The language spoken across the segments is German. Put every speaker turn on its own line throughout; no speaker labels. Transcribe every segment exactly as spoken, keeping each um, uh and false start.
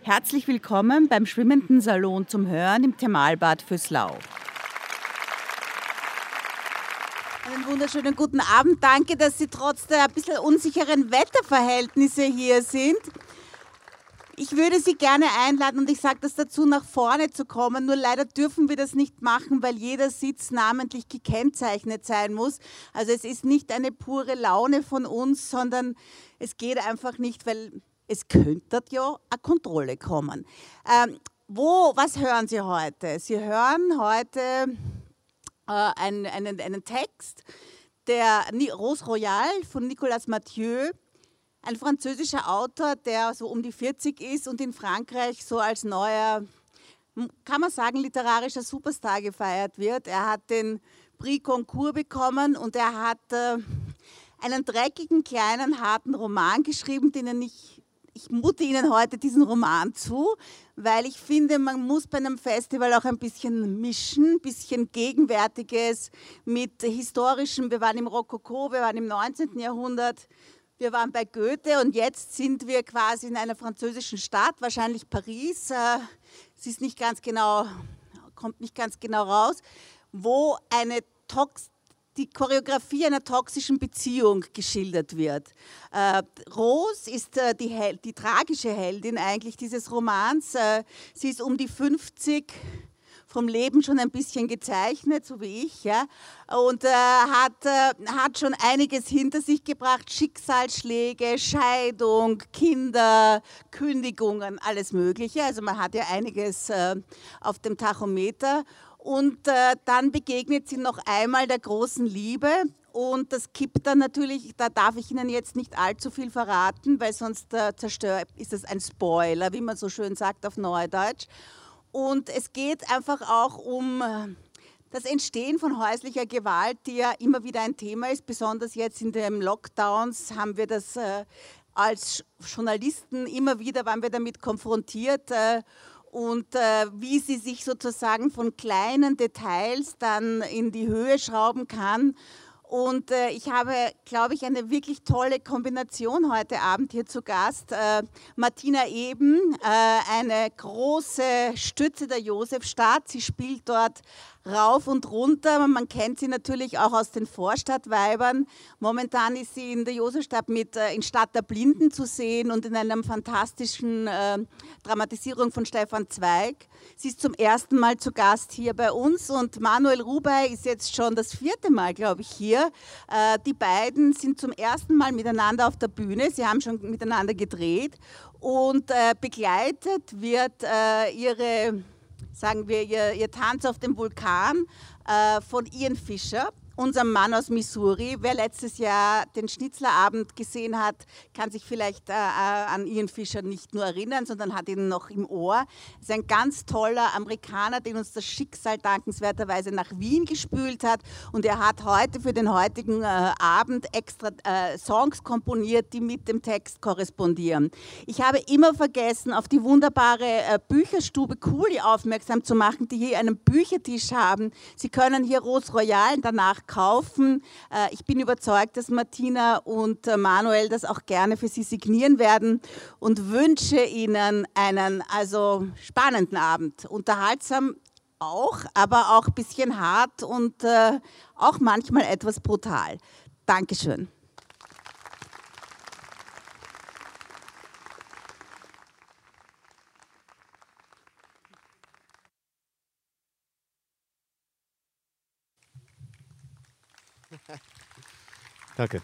Herzlich willkommen beim Schwimmenden Salon zum Hören im Thermalbad Füßlau.
Einen wunderschönen guten Abend. Danke, dass Sie trotz der ein bisschen unsicheren Wetterverhältnisse hier sind. Ich würde Sie gerne einladen und ich sage das dazu, nach vorne zu kommen. Nur leider dürfen wir das nicht machen, weil jeder Sitz namentlich gekennzeichnet sein muss. Also es ist nicht eine pure Laune von uns, sondern es geht einfach nicht, weil es könnte ja eine Kontrolle kommen. Ähm, wo, was hören Sie heute? Sie hören heute äh, einen, einen, einen Text, der Rose Royale von Nicolas Mathieu, ein französischer Autor, der so um die vierzig ist und in Frankreich so als neuer, kann man sagen, literarischer Superstar gefeiert wird. Er hat den Prix Goncourt bekommen und er hat äh, einen dreckigen, kleinen, harten Roman geschrieben, den ich, ich mute Ihnen heute diesen Roman zu, weil ich finde, man muss bei einem Festival auch ein bisschen mischen, ein bisschen Gegenwärtiges mit historischem. Wir waren im Rokoko, wir waren im neunzehnten Jahrhundert, wir waren bei Goethe und jetzt sind wir quasi in einer französischen Stadt, wahrscheinlich Paris. Es ist nicht ganz genau, kommt nicht ganz genau raus, wo eine Tox die Choreografie einer toxischen Beziehung geschildert wird. Äh, Rose ist äh, die, die tragische Heldin eigentlich dieses Romans. Äh, sie ist um die fünfzig, vom Leben schon ein bisschen gezeichnet, so wie ich, ja, und äh, hat, äh, hat schon einiges hinter sich gebracht, Schicksalsschläge, Scheidung, Kinder, Kündigungen, alles Mögliche. Also man hat ja einiges äh, auf dem Tachometer. Und äh, dann begegnet sie noch einmal der großen Liebe und das kippt dann natürlich, da darf ich Ihnen jetzt nicht allzu viel verraten, weil sonst äh, zerstört, ist es ein Spoiler, wie man so schön sagt auf Neudeutsch. Und es geht einfach auch um das Entstehen von häuslicher Gewalt, die ja immer wieder ein Thema ist. Besonders jetzt in den Lockdowns haben wir das äh, als Journalisten immer wieder, waren wir damit konfrontiert. Äh, und äh, wie sie sich sozusagen von kleinen Details dann in die Höhe schrauben kann. Und äh, ich habe, glaube ich, eine wirklich tolle Kombination heute Abend hier zu Gast. Äh, Martina Eben, äh, eine große Stütze der Josefstadt. Sie spielt dort rauf und runter. Man kennt sie natürlich auch aus den Vorstadtweibern. Momentan ist sie in der Josefstadt mit äh, in Stadt der Blinden zu sehen und in einer fantastischen äh, Dramatisierung von Stefan Zweig. Sie ist zum ersten Mal zu Gast hier bei uns und Manuel Rubey ist jetzt schon das vierte Mal, glaube ich, hier. Äh, die beiden sind zum ersten Mal miteinander auf der Bühne. Sie haben schon miteinander gedreht und äh, begleitet wird äh, ihre, sagen wir, ihr, ihr Tanz auf dem Vulkan äh, von Ian Fischer, unserem Mann aus Missouri. Wer letztes Jahr den Schnitzlerabend gesehen hat, kann sich vielleicht äh, an Ian Fischer nicht nur erinnern, sondern hat ihn noch im Ohr. Er ist ein ganz toller Amerikaner, den uns das Schicksal dankenswerterweise nach Wien gespült hat. Und er hat heute für den heutigen äh, Abend extra äh, Songs komponiert, die mit dem Text korrespondieren. Ich habe immer vergessen, auf die wunderbare äh, Bücherstube Cooley aufmerksam zu machen, die hier einen Büchertisch haben. Sie können hier Rose Royale danach kaufen. Ich bin überzeugt, dass Martina und Manuel das auch gerne für Sie signieren werden und wünsche Ihnen einen also spannenden Abend. Unterhaltsam auch, aber auch ein bisschen hart und äh, auch manchmal etwas brutal. Dankeschön.
Danke.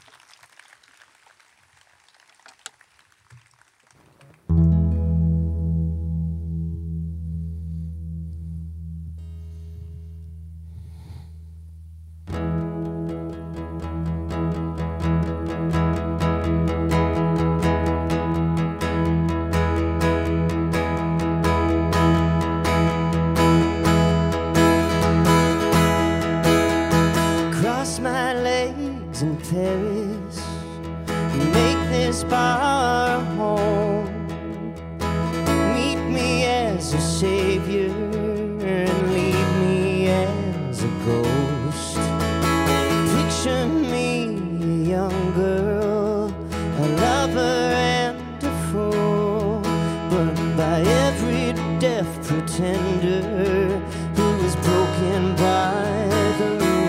Paris, make this bar home. Meet me as a savior and leave me as a ghost. Picture me, a young girl, a lover and a fool, but by every deaf pretender who was broken by the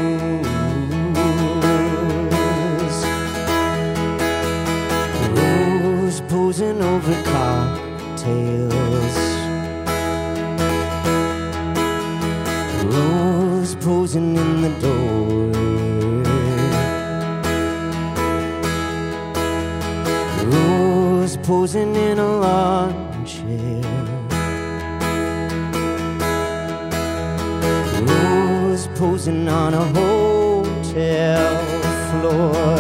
rules. Rose posing over cocktails, Rose posing in the door, Rose posing in a lawn chair, Rose posing on a hotel floor.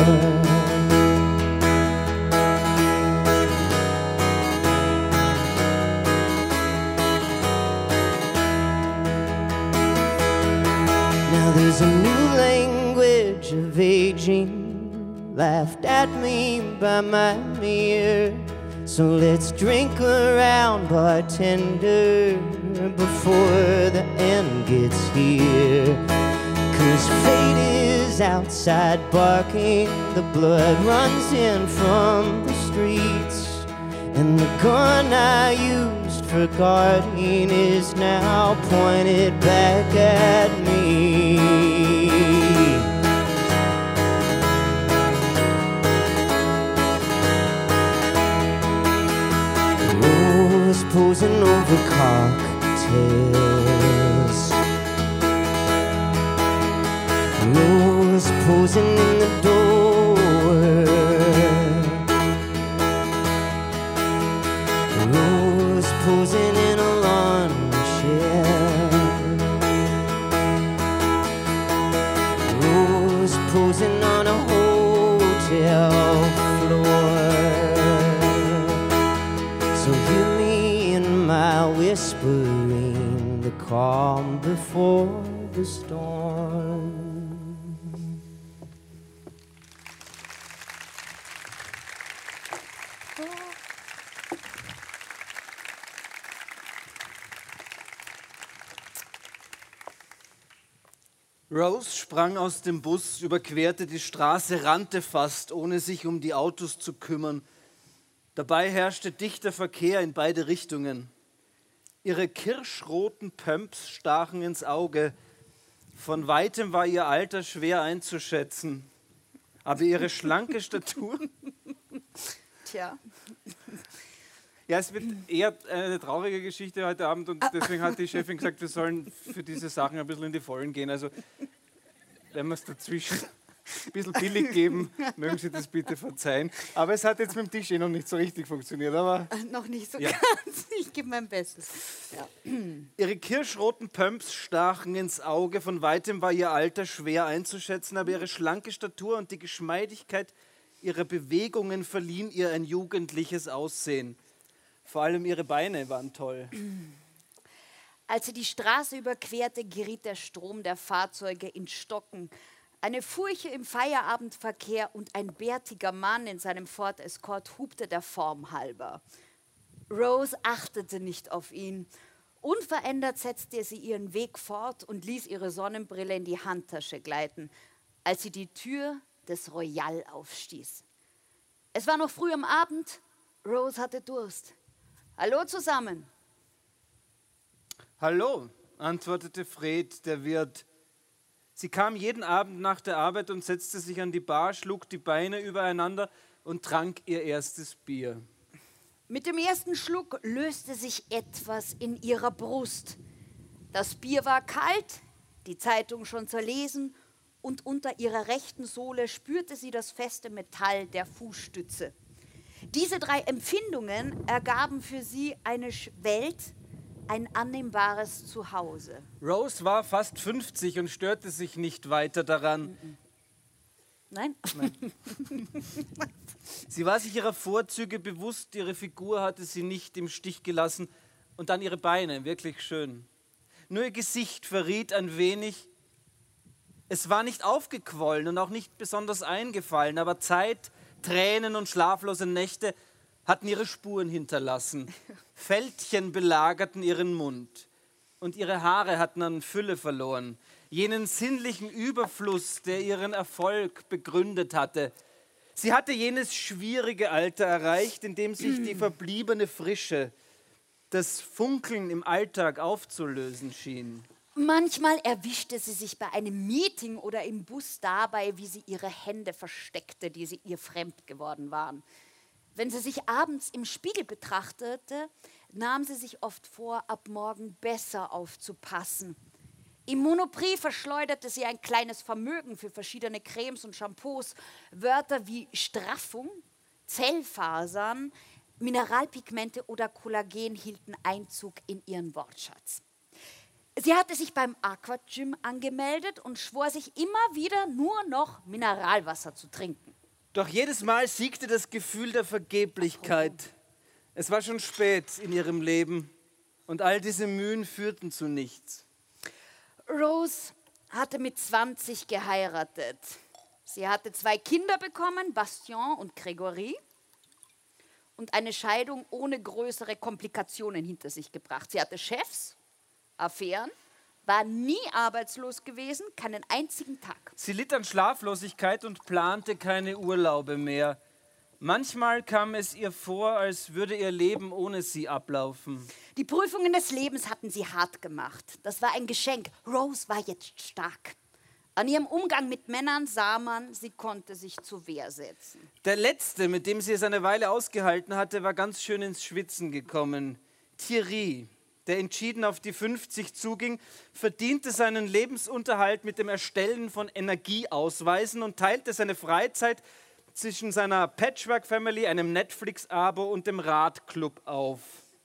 There's a new language of aging, laughed at me by my mirror. So let's drink around, bartender, before the end gets here. 'Cause fate is outside barking, the blood runs in from the streets, and the gun I used for guarding is now pointed back at me. Rose posing over cocktails, Rose posing in the door, Rose posing in a lawn chair, Rose posing on a hotel floor. So hear me in my whispering, the calm before the storm.
Rose sprang aus dem Bus, überquerte die Straße, rannte fast, ohne sich um die Autos zu kümmern. Dabei herrschte dichter Verkehr in beide Richtungen. Ihre kirschroten Pumps stachen ins Auge. Von weitem war ihr Alter schwer einzuschätzen. Aber ihre schlanke Statur...
Tja.
Ja, es wird eher eine traurige Geschichte heute Abend und deswegen hat die Chefin gesagt, wir sollen für diese Sachen ein bisschen in die Vollen gehen. Also, wenn wir es dazwischen ein bisschen billig geben, mögen Sie das bitte verzeihen. Aber es hat jetzt mit dem Tisch eh noch nicht so richtig funktioniert. Aber
Noch nicht so
ja.
ganz. Ich gebe mein Bestes. Ja.
Ihre kirschroten Pumps stachen ins Auge. Von weitem war ihr Alter schwer einzuschätzen, aber ihre schlanke Statur und die Geschmeidigkeit ihrer Bewegungen verliehen ihr ein jugendliches Aussehen. Vor allem ihre Beine waren toll.
Als sie die Straße überquerte, geriet der Strom der Fahrzeuge ins Stocken. Eine Furche im Feierabendverkehr und ein bärtiger Mann in seinem Ford Escort hupte der Form halber. Rose achtete nicht auf ihn. Unverändert setzte sie ihren Weg fort und ließ ihre Sonnenbrille in die Handtasche gleiten, als sie die Tür des Royal aufstieß. Es war noch früh am Abend. Rose hatte Durst. Hallo zusammen.
Hallo, antwortete Fred, der Wirt. Sie kam jeden Abend nach der Arbeit und setzte sich an die Bar, schlug die Beine übereinander und trank ihr erstes Bier.
Mit dem ersten Schluck löste sich etwas in ihrer Brust. Das Bier war kalt, die Zeitung schon zerlesen und unter ihrer rechten Sohle spürte sie das feste Metall der Fußstütze. Diese drei Empfindungen ergaben für sie eine Welt, ein annehmbares Zuhause.
Rose war fast fünfzig und störte sich nicht weiter daran.
Nein?
Nein. Sie war sich ihrer Vorzüge bewusst, ihre Figur hatte sie nicht im Stich gelassen und dann ihre Beine, wirklich schön. Nur ihr Gesicht verriet ein wenig, es war nicht aufgequollen und auch nicht besonders eingefallen, aber Zeit, Tränen und schlaflose Nächte hatten ihre Spuren hinterlassen. Fältchen belagerten ihren Mund und ihre Haare hatten an Fülle verloren. Jenen sinnlichen Überfluss, der ihren Erfolg begründet hatte. Sie hatte jenes schwierige Alter erreicht, in dem sich die verbliebene Frische das Funkeln im Alltag aufzulösen schien.
Manchmal erwischte sie sich bei einem Meeting oder im Bus dabei, wie sie ihre Hände versteckte, die sie ihr fremd geworden waren. Wenn sie sich abends im Spiegel betrachtete, nahm sie sich oft vor, ab morgen besser aufzupassen. Im Monoprix verschleuderte sie ein kleines Vermögen für verschiedene Cremes und Shampoos. Wörter wie Straffung, Zellfasern, Mineralpigmente oder Kollagen hielten Einzug in ihren Wortschatz. Sie hatte sich beim Aquagym angemeldet und schwor sich immer wieder nur noch Mineralwasser zu trinken.
Doch jedes Mal siegte das Gefühl der Vergeblichkeit. Es war schon spät in ihrem Leben und all diese Mühen führten zu nichts.
Rose hatte mit zwanzig geheiratet. Sie hatte zwei Kinder bekommen, Bastien und Gregory, und eine Scheidung ohne größere Komplikationen hinter sich gebracht. Sie hatte Chefs, Affären, war nie arbeitslos gewesen, keinen einzigen Tag.
Sie litt an Schlaflosigkeit und plante keine Urlaube mehr. Manchmal kam es ihr vor, als würde ihr Leben ohne sie ablaufen.
Die Prüfungen des Lebens hatten sie hart gemacht. Das war ein Geschenk. Rose war jetzt stark. An ihrem Umgang mit Männern sah man, sie konnte sich zur Wehr setzen.
Der Letzte, mit dem sie es eine Weile ausgehalten hatte, war ganz schön ins Schwitzen gekommen. Thierry, der entschieden auf die fünfzig zuging, verdiente seinen Lebensunterhalt mit dem Erstellen von Energieausweisen und teilte seine Freizeit zwischen seiner Patchwork-Family, einem Netflix-Abo und dem Radclub auf.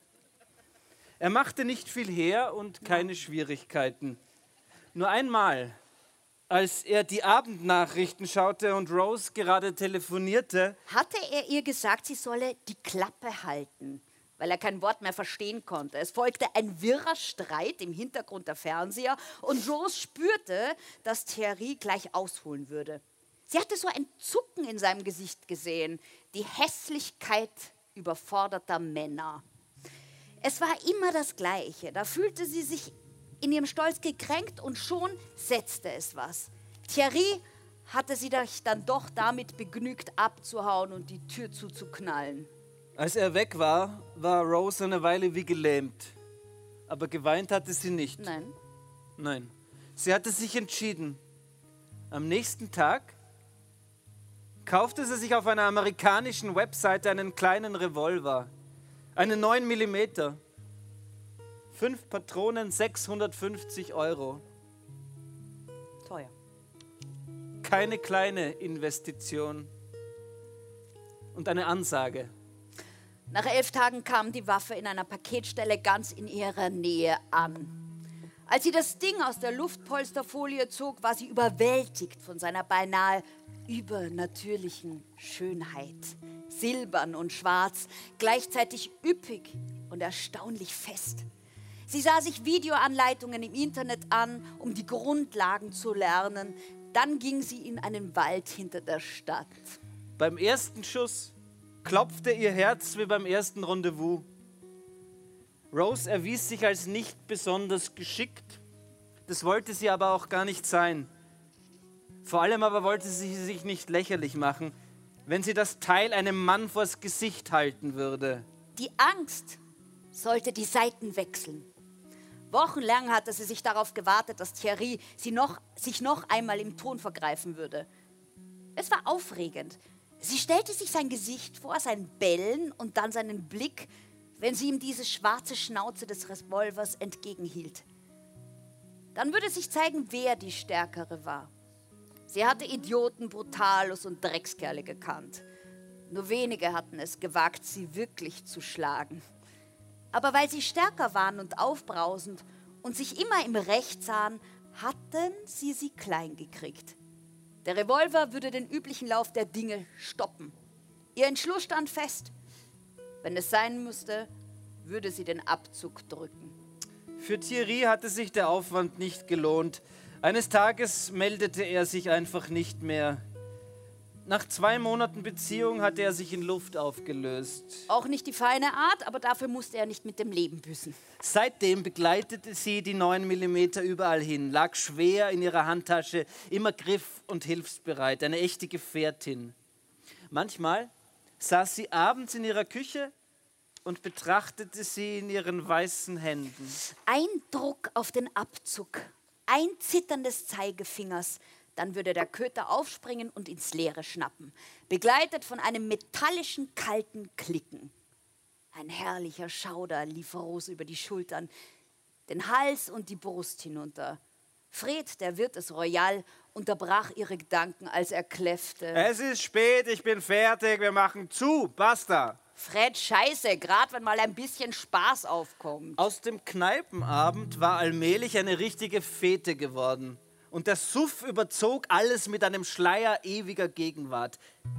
Er machte nicht viel her und keine Schwierigkeiten. Nur einmal, als er die Abendnachrichten schaute und Rose gerade telefonierte,
hatte er ihr gesagt, sie solle die Klappe halten, weil er kein Wort mehr verstehen konnte. Es folgte ein wirrer Streit im Hintergrund der Fernseher und Rose spürte, dass Thierry gleich ausholen würde. Sie hatte so ein Zucken in seinem Gesicht gesehen, die Hässlichkeit überforderter Männer. Es war immer das Gleiche. Da fühlte sie sich in ihrem Stolz gekränkt und schon setzte es was. Thierry hatte sie dann doch damit begnügt, abzuhauen und die Tür zuzuknallen.
Als er weg war, war Rose eine Weile wie gelähmt. Aber geweint hatte sie nicht.
Nein.
Nein. Sie hatte sich entschieden. Am nächsten Tag kaufte sie sich auf einer amerikanischen Webseite einen kleinen Revolver. Einen neun Millimeter. Fünf Patronen, sechshundertfünfzig Euro.
Teuer.
Keine kleine Investition. Und eine Ansage.
Nach elf Tagen kam die Waffe in einer Paketstelle ganz in ihrer Nähe an. Als sie das Ding aus der Luftpolsterfolie zog, war sie überwältigt von seiner beinahe übernatürlichen Schönheit. Silbern und schwarz, gleichzeitig üppig und erstaunlich fest. Sie sah sich Videoanleitungen im Internet an, um die Grundlagen zu lernen. Dann ging sie in einen Wald hinter der Stadt.
Beim ersten Schuss klopfte ihr Herz wie beim ersten Rendezvous. Rose erwies sich als nicht besonders geschickt. Das wollte sie aber auch gar nicht sein. Vor allem aber wollte sie sich nicht lächerlich machen, wenn sie das Teil einem Mann vors Gesicht halten würde.
Die Angst sollte die Seiten wechseln. Wochenlang hatte sie sich darauf gewartet, dass Thierry sie noch, sich noch einmal im Ton vergreifen würde. Es war aufregend. Sie stellte sich sein Gesicht vor, sein Bellen und dann seinen Blick, wenn sie ihm diese schwarze Schnauze des Revolvers entgegenhielt. Dann würde sich zeigen, wer die Stärkere war. Sie hatte Idioten, Brutalos und Dreckskerle gekannt. Nur wenige hatten es gewagt, sie wirklich zu schlagen. Aber weil sie stärker waren und aufbrausend und sich immer im Recht sahen, hatten sie sie klein gekriegt. Der Revolver würde den üblichen Lauf der Dinge stoppen. Ihr Entschluss stand fest. Wenn es sein müsste, würde sie den Abzug drücken.
Für Thierry hatte sich der Aufwand nicht gelohnt. Eines Tages meldete er sich einfach nicht mehr. Nach zwei Monaten Beziehung hatte er sich in Luft aufgelöst.
Auch nicht die feine Art, aber dafür musste er nicht mit dem Leben büßen.
Seitdem begleitete sie die neun Millimeter überall hin, lag schwer in ihrer Handtasche, immer griff- und hilfsbereit, eine echte Gefährtin. Manchmal saß sie abends in ihrer Küche und betrachtete sie in ihren weißen Händen.
Ein Druck auf den Abzug, ein Zittern des Zeigefingers, dann würde der Köter aufspringen und ins Leere schnappen, begleitet von einem metallischen, kalten Klicken. Ein herrlicher Schauder lief Rose über die Schultern, den Hals und die Brust hinunter. Fred, der Wirt des Royal, unterbrach ihre Gedanken, als er kläffte.
Es ist spät, ich bin fertig, wir machen zu, basta.
Fred, scheiße, gerade wenn mal ein bisschen Spaß aufkommt.
Aus dem Kneipenabend war allmählich eine richtige Fete geworden. Und der Suff überzog alles mit einem Schleier ewiger Gegenwart.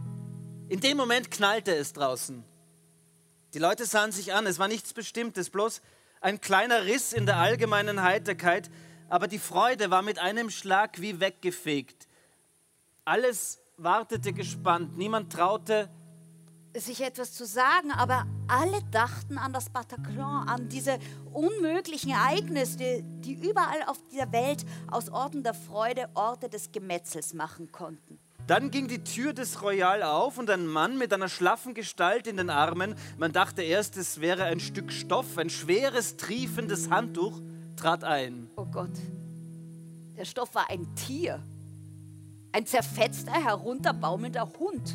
In dem Moment knallte es draußen. Die Leute sahen sich an, es war nichts Bestimmtes, bloß ein kleiner Riss in der allgemeinen Heiterkeit, aber die Freude war mit einem Schlag wie weggefegt. Alles wartete gespannt, niemand traute,
sich etwas zu sagen, aber alle dachten an das Bataclan, an diese unmöglichen Ereignisse, die überall auf dieser Welt aus Orten der Freude Orte des Gemetzels machen konnten.
Dann ging die Tür des Royal auf und ein Mann mit einer schlaffen Gestalt in den Armen, man dachte erst, es wäre ein Stück Stoff, ein schweres, triefendes Handtuch, trat ein.
Oh Gott, der Stoff war ein Tier, ein zerfetzter, herunterbaumelnder Hund.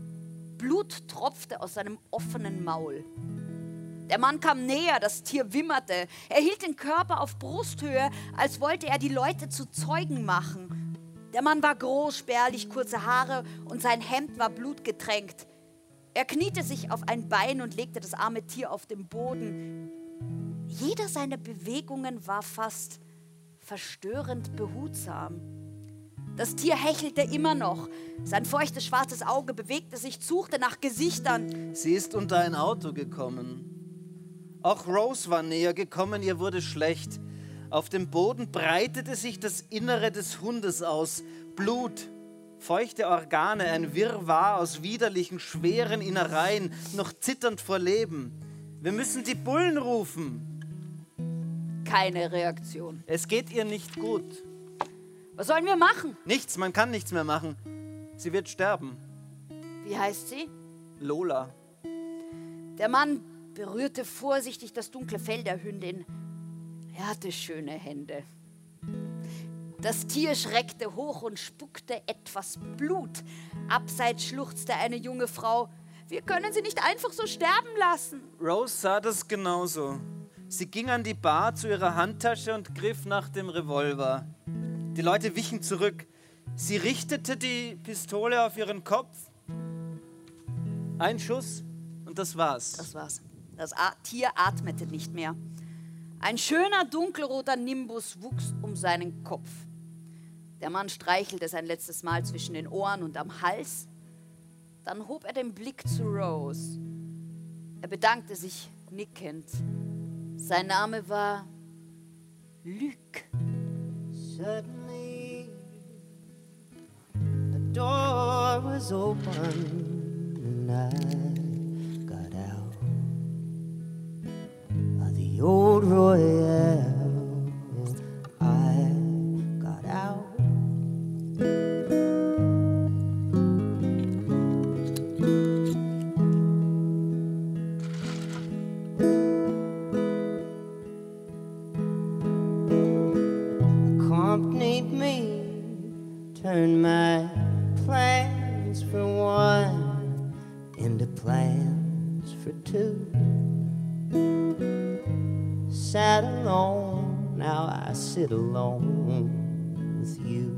Blut tropfte aus seinem offenen Maul. Der Mann kam näher, das Tier wimmerte. Er hielt den Körper auf Brusthöhe, als wollte er die Leute zu Zeugen machen. Der Mann war groß, spärlich, kurze Haare und sein Hemd war blutgetränkt. Er kniete sich auf ein Bein und legte das arme Tier auf den Boden. Jeder seiner Bewegungen war fast verstörend behutsam. Das Tier hechelte immer noch. Sein feuchtes schwarzes Auge bewegte sich, suchte nach Gesichtern.
Sie ist unter ein Auto gekommen. Auch Rose war näher gekommen, ihr wurde schlecht. Auf dem Boden breitete sich das Innere des Hundes aus. Blut, feuchte Organe, ein Wirrwarr aus widerlichen, schweren Innereien, noch zitternd vor Leben. Wir müssen die Bullen rufen.
Keine Reaktion.
Es geht ihr nicht gut.
Was sollen wir machen?
Nichts, man kann nichts mehr machen. Sie wird sterben.
Wie heißt sie?
Lola.
Der Mann berührte vorsichtig das dunkle Fell der Hündin. Er hatte schöne Hände. Das Tier schreckte hoch und spuckte etwas Blut. Abseits schluchzte eine junge Frau. Wir können sie nicht einfach so sterben lassen.
Rose sah das genauso. Sie ging an die Bar zu ihrer Handtasche und griff nach dem Revolver. Die Leute wichen zurück. Sie richtete die Pistole auf ihren Kopf. Ein Schuss und das war's.
Das war's. Das A- Tier atmete nicht mehr. Ein schöner dunkelroter Nimbus wuchs um seinen Kopf. Der Mann streichelte sein letztes Mal zwischen den Ohren und am Hals. Dann hob er den Blick zu Rose. Er bedankte sich nickend. Sein Name war Luc.
Suddenly, the door was open and I got out of the old Royale. I got out. Accompanied me, turned my plans for one into plans for two. Sat alone, now I sit alone with you.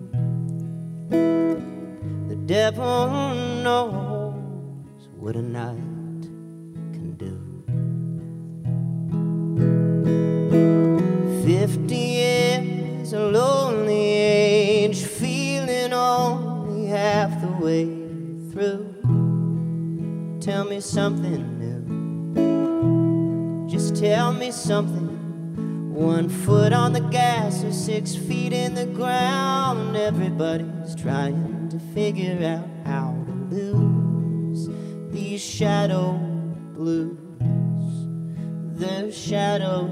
The devil knows what a night can do. Fifty years, a lonely age, feeling only half the way through. Tell me something new, just tell me something. One foot on the gas or six feet in the ground. Everybody's trying to figure out how to lose these shadow blues. The shadow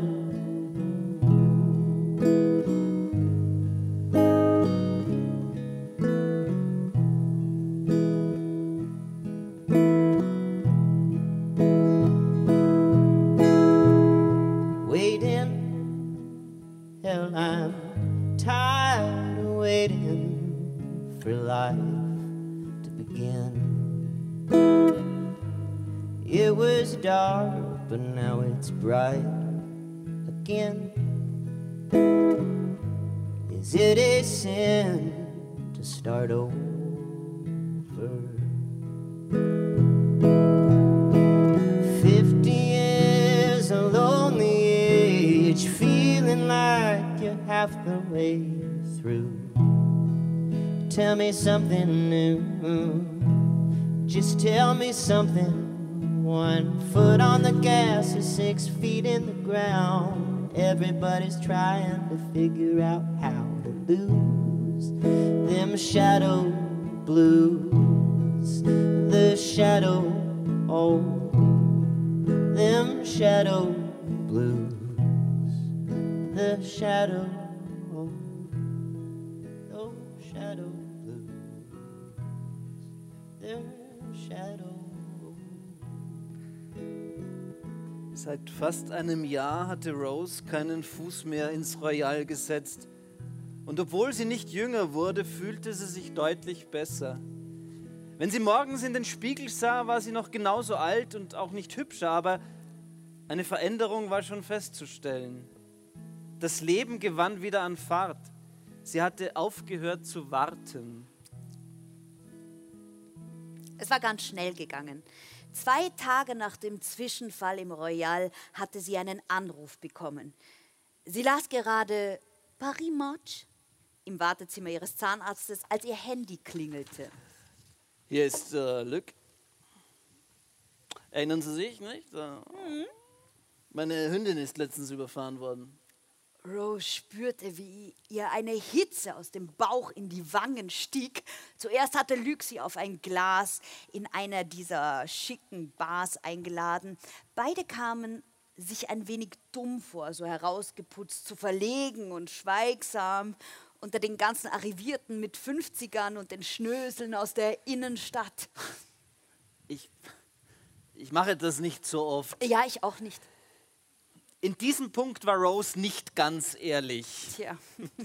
again. Hell, I'm tired of waiting for life to begin. It was dark, but now it's bright again. Is it a sin to start over? Fifty years a lonely age, feeling like you're half the way through. Tell me something new, just tell me something. One foot on the gas or six feet in the ground. Everybody's trying to figure out how to lose them shadow blues. The shadow, oh, them shadow blues. The shadow, oh, those shadow blues. Their shadow.
Seit fast einem Jahr hatte Rose keinen Fuß mehr ins Royal gesetzt. Und obwohl sie nicht jünger wurde, fühlte sie sich deutlich besser. Wenn sie morgens in den Spiegel sah, war sie noch genauso alt und auch nicht hübscher, aber eine Veränderung war schon festzustellen. Das Leben gewann wieder an Fahrt. Sie hatte aufgehört zu warten.
Es war ganz schnell gegangen. Zwei Tage nach dem Zwischenfall im Royal hatte sie einen Anruf bekommen. Sie las gerade Paris Match im Wartezimmer ihres Zahnarztes, als ihr Handy klingelte.
Hier ist äh, Luc. Erinnern Sie sich, nicht? Äh, mhm. Meine Hündin ist letztens überfahren worden.
Rose spürte, wie ihr eine Hitze aus dem Bauch in die Wangen stieg. Zuerst hatte Luc sie auf ein Glas in einer dieser schicken Bars eingeladen. Beide kamen sich ein wenig dumm vor, so herausgeputzt, zu verlegen und schweigsam unter den ganzen Arrivierten mit fünfzigern und den Schnöseln aus der Innenstadt.
Ich, ich mache das nicht so oft.
Ja, ich auch nicht.
In diesem Punkt war Rose nicht ganz ehrlich.
Tja.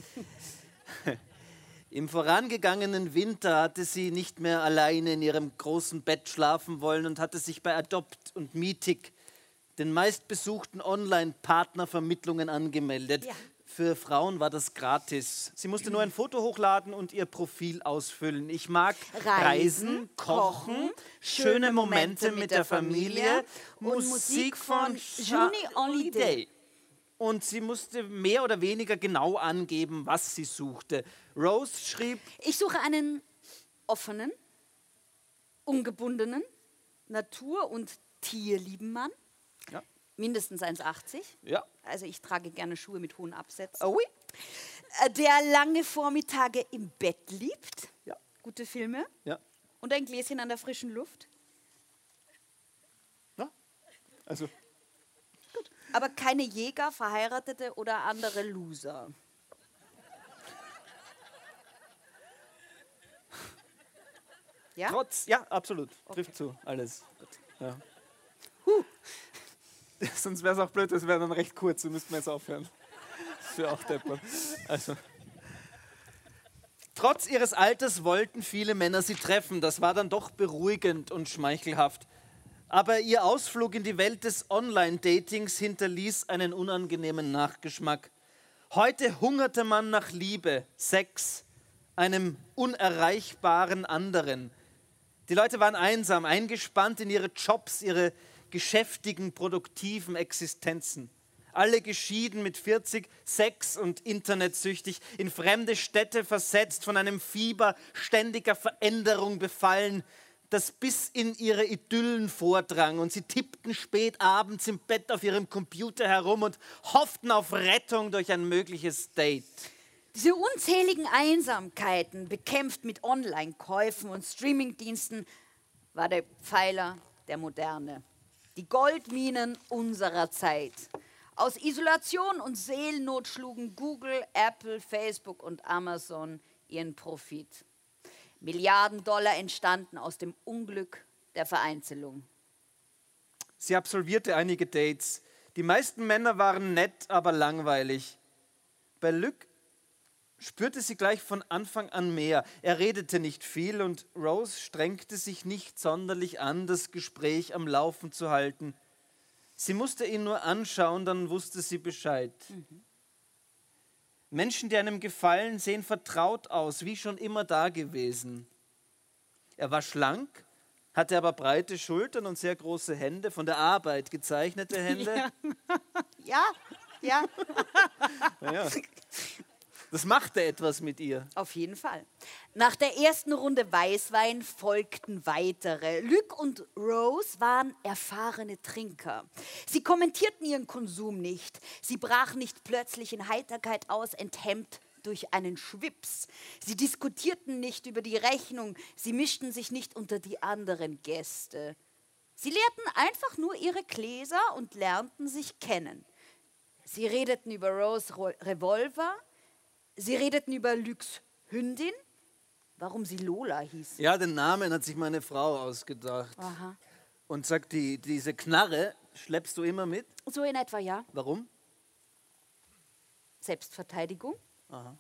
Im vorangegangenen Winter hatte sie nicht mehr alleine in ihrem großen Bett schlafen wollen und hatte sich bei Adopt und Meetic, den meistbesuchten Online-Partnervermittlungen, angemeldet.
Ja.
Für Frauen war das gratis. Sie musste nur ein Foto hochladen und ihr Profil ausfüllen. Ich mag Reisen,
Reisen
Kochen,
Kochen,
schöne Momente mit der Familie und Musik von
Johnny Hallyday.
Und sie musste mehr oder weniger genau angeben, was sie suchte. Rose schrieb:
Ich suche einen offenen, ungebundenen, natur- und tierlieben Mann.
Ja.
Mindestens eins Komma achtzig.
Ja.
Also ich trage gerne Schuhe mit hohen Absätzen.
Oh, oui.
Äh, Der lange Vormittage im Bett liebt.
Ja.
Gute Filme.
Ja.
Und ein Gläschen an der frischen Luft.
Ja. Also.
Aber keine Jäger, Verheiratete oder andere Loser. Ja?
Trotz, ja, absolut. Trifft zu, alles. Ja.
Huh.
Sonst wäre es auch blöd, das wäre dann recht kurz, so müssten wir jetzt aufhören. Das wäre auch deppert. Also. Trotz ihres Alters wollten viele Männer sie treffen. Das war dann doch beruhigend und schmeichelhaft. Aber ihr Ausflug in die Welt des Online-Datings hinterließ einen unangenehmen Nachgeschmack. Heute hungerte man nach Liebe, Sex, einem unerreichbaren anderen. Die Leute waren einsam, eingespannt in ihre Jobs, ihre geschäftigen, produktiven Existenzen. Alle geschieden mit vierzig, sex- und internetsüchtig, in fremde Städte versetzt, von einem Fieber ständiger Veränderung befallen, das bis in ihre Idyllen vordrang. Und sie tippten spät abends im Bett auf ihrem Computer herum und hofften auf Rettung durch ein mögliches Date.
Diese unzähligen Einsamkeiten, bekämpft mit Online-Käufen und Streamingdiensten, war der Pfeiler der Moderne. Die Goldminen unserer Zeit. Aus Isolation und Seelennot schlugen Google, Apple, Facebook und Amazon ihren Profit. Milliarden Dollar entstanden aus dem Unglück der Vereinzelung.
Sie absolvierte einige Dates, Die meisten Männer waren nett, aber langweilig. Bei Luc spürte sie gleich von Anfang an mehr. Er redete nicht viel und Rose strengte sich nicht sonderlich an, das Gespräch am Laufen zu halten. Sie musste ihn nur anschauen, dann wusste sie Bescheid. Mhm. Menschen, die einem gefallen, sehen vertraut aus, wie schon immer da gewesen. Er war schlank, hatte aber breite Schultern und sehr große Hände, von der Arbeit gezeichnete Hände.
Ja, ja.
Ja. Ja. Das machte etwas mit ihr.
Auf jeden Fall. Nach der ersten Runde Weißwein folgten weitere. Luc und Rose waren erfahrene Trinker. Sie kommentierten ihren Konsum nicht. Sie brachen nicht plötzlich in Heiterkeit aus, enthemmt durch einen Schwips. Sie diskutierten nicht über die Rechnung. Sie mischten sich nicht unter die anderen Gäste. Sie leerten einfach nur ihre Gläser und lernten sich kennen. Sie redeten über Rose Revolver. Sie redeten über Lucs Hündin, warum sie Lola hieß.
Ja, den Namen hat sich meine Frau ausgedacht.
Aha.
Und sagt, die, diese Knarre schleppst du immer mit?
So in etwa, ja.
Warum?
Selbstverteidigung.
Aha.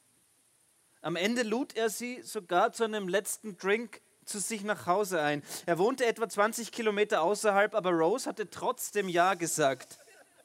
Am Ende lud er sie sogar zu einem letzten Drink zu sich nach Hause ein. Er wohnte etwa zwanzig Kilometer außerhalb, aber Rose hatte trotzdem Ja gesagt.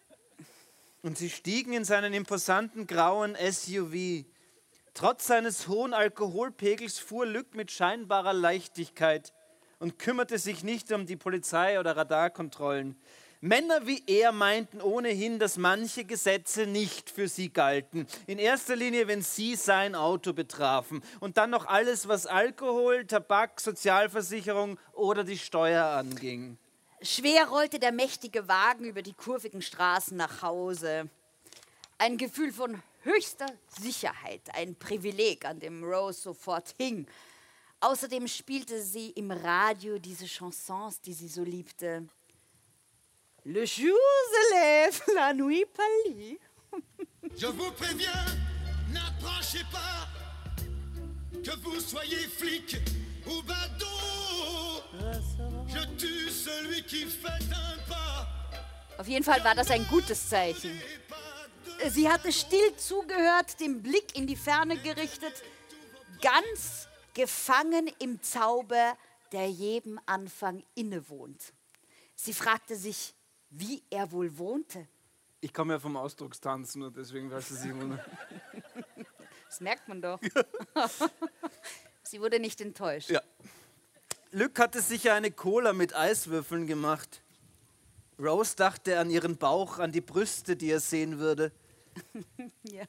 Und sie stiegen in seinen imposanten grauen S U V. Trotz seines hohen Alkoholpegels fuhr Luc mit scheinbarer Leichtigkeit und kümmerte sich nicht um die Polizei- oder Radarkontrollen. Männer wie er meinten ohnehin, dass manche Gesetze nicht für sie galten. In erster Linie, wenn sie sein Auto betrafen. Und dann noch alles, was Alkohol, Tabak, Sozialversicherung oder die Steuer anging.
Schwer rollte der mächtige Wagen über die kurvigen Straßen nach Hause. Ein Gefühl von höchster Sicherheit, ein Privileg, an dem Rose sofort hing. Außerdem spielte sie im Radio diese Chansons, die sie so liebte. Le jour se lève, la nuit pâlit.
Je vous préviens, n'approchez pas, que vous soyez flic ou badaud. Je tue celui qui fait un pas.
Auf jeden Fall war das ein gutes Zeichen. Sie hatte still zugehört, den Blick in die Ferne gerichtet, ganz gefangen im Zauber, der jedem Anfang innewohnt. Sie fragte sich, wie er wohl wohnte.
Ich komme ja vom Ausdruckstanzen, nur deswegen weiß sie wundern.
Das merkt man doch. Sie wurde nicht enttäuscht.
Ja. Luc hatte sicher eine Cola mit Eiswürfeln gemacht. Rose dachte an ihren Bauch, an die Brüste, die er sehen würde.
Ja.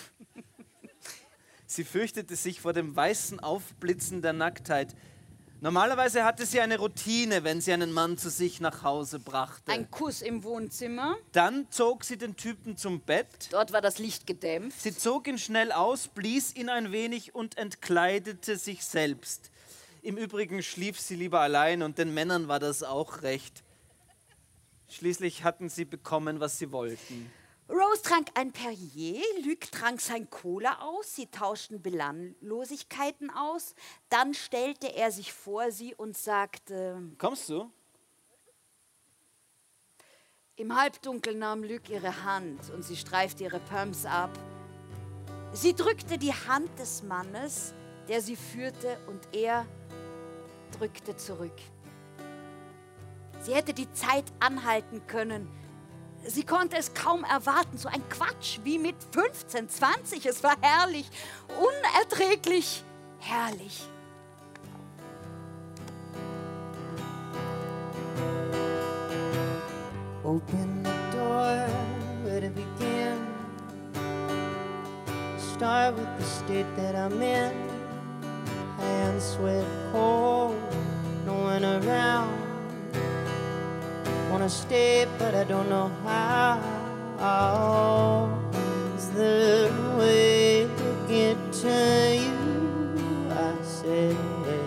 Sie fürchtete sich vor dem weißen Aufblitzen der Nacktheit. Normalerweise hatte sie eine Routine, wenn sie einen Mann zu sich nach Hause brachte.
Ein Kuss im Wohnzimmer.
Dann zog sie den Typen zum Bett.
Dort war das Licht gedämpft.
Sie zog ihn schnell aus, blies ihn ein wenig und entkleidete sich selbst. Im Übrigen schlief sie lieber allein und den Männern war das auch recht. Schließlich hatten sie bekommen, was sie wollten.
Rose trank ein Perrier, Luc trank sein Cola aus, sie tauschten Belanglosigkeiten aus. Dann stellte er sich vor sie und sagte:
Kommst du?
Im Halbdunkel nahm Luc ihre Hand und sie streifte ihre Pumps ab. Sie drückte die Hand des Mannes, der sie führte, und er drückte zurück. Sie hätte die Zeit anhalten können. Sie konnte es kaum erwarten, so ein Quatsch wie mit fünfzehn, zwanzig. Es war herrlich, unerträglich herrlich.
Open the door, where to begin? Start with the state that I'm in. Hands sweat cold, no one around. Wanna stay, but I don't know how. Is there a way to get to you? I said.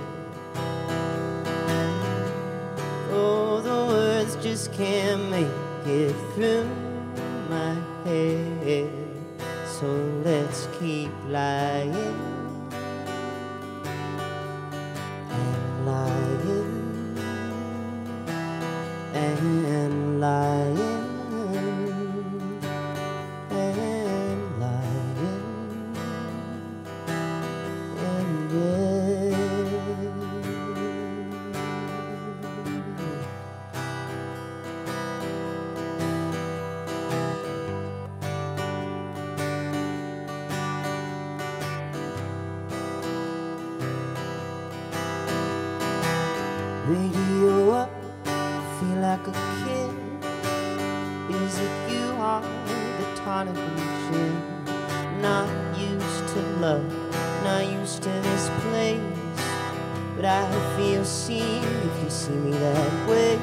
Oh, the words just can't make it through my head. So let's keep lying and lying and lying Radio up, feel like a kid. Is it you are the tonic and gin? Not used to love, not used to this place, but I feel seen if you see me that way.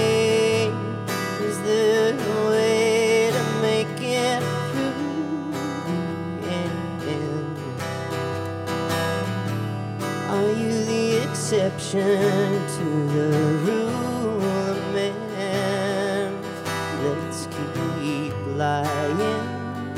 Is there a way to make it through? Yeah. Are you the exception to the rule, man? Let's keep lying.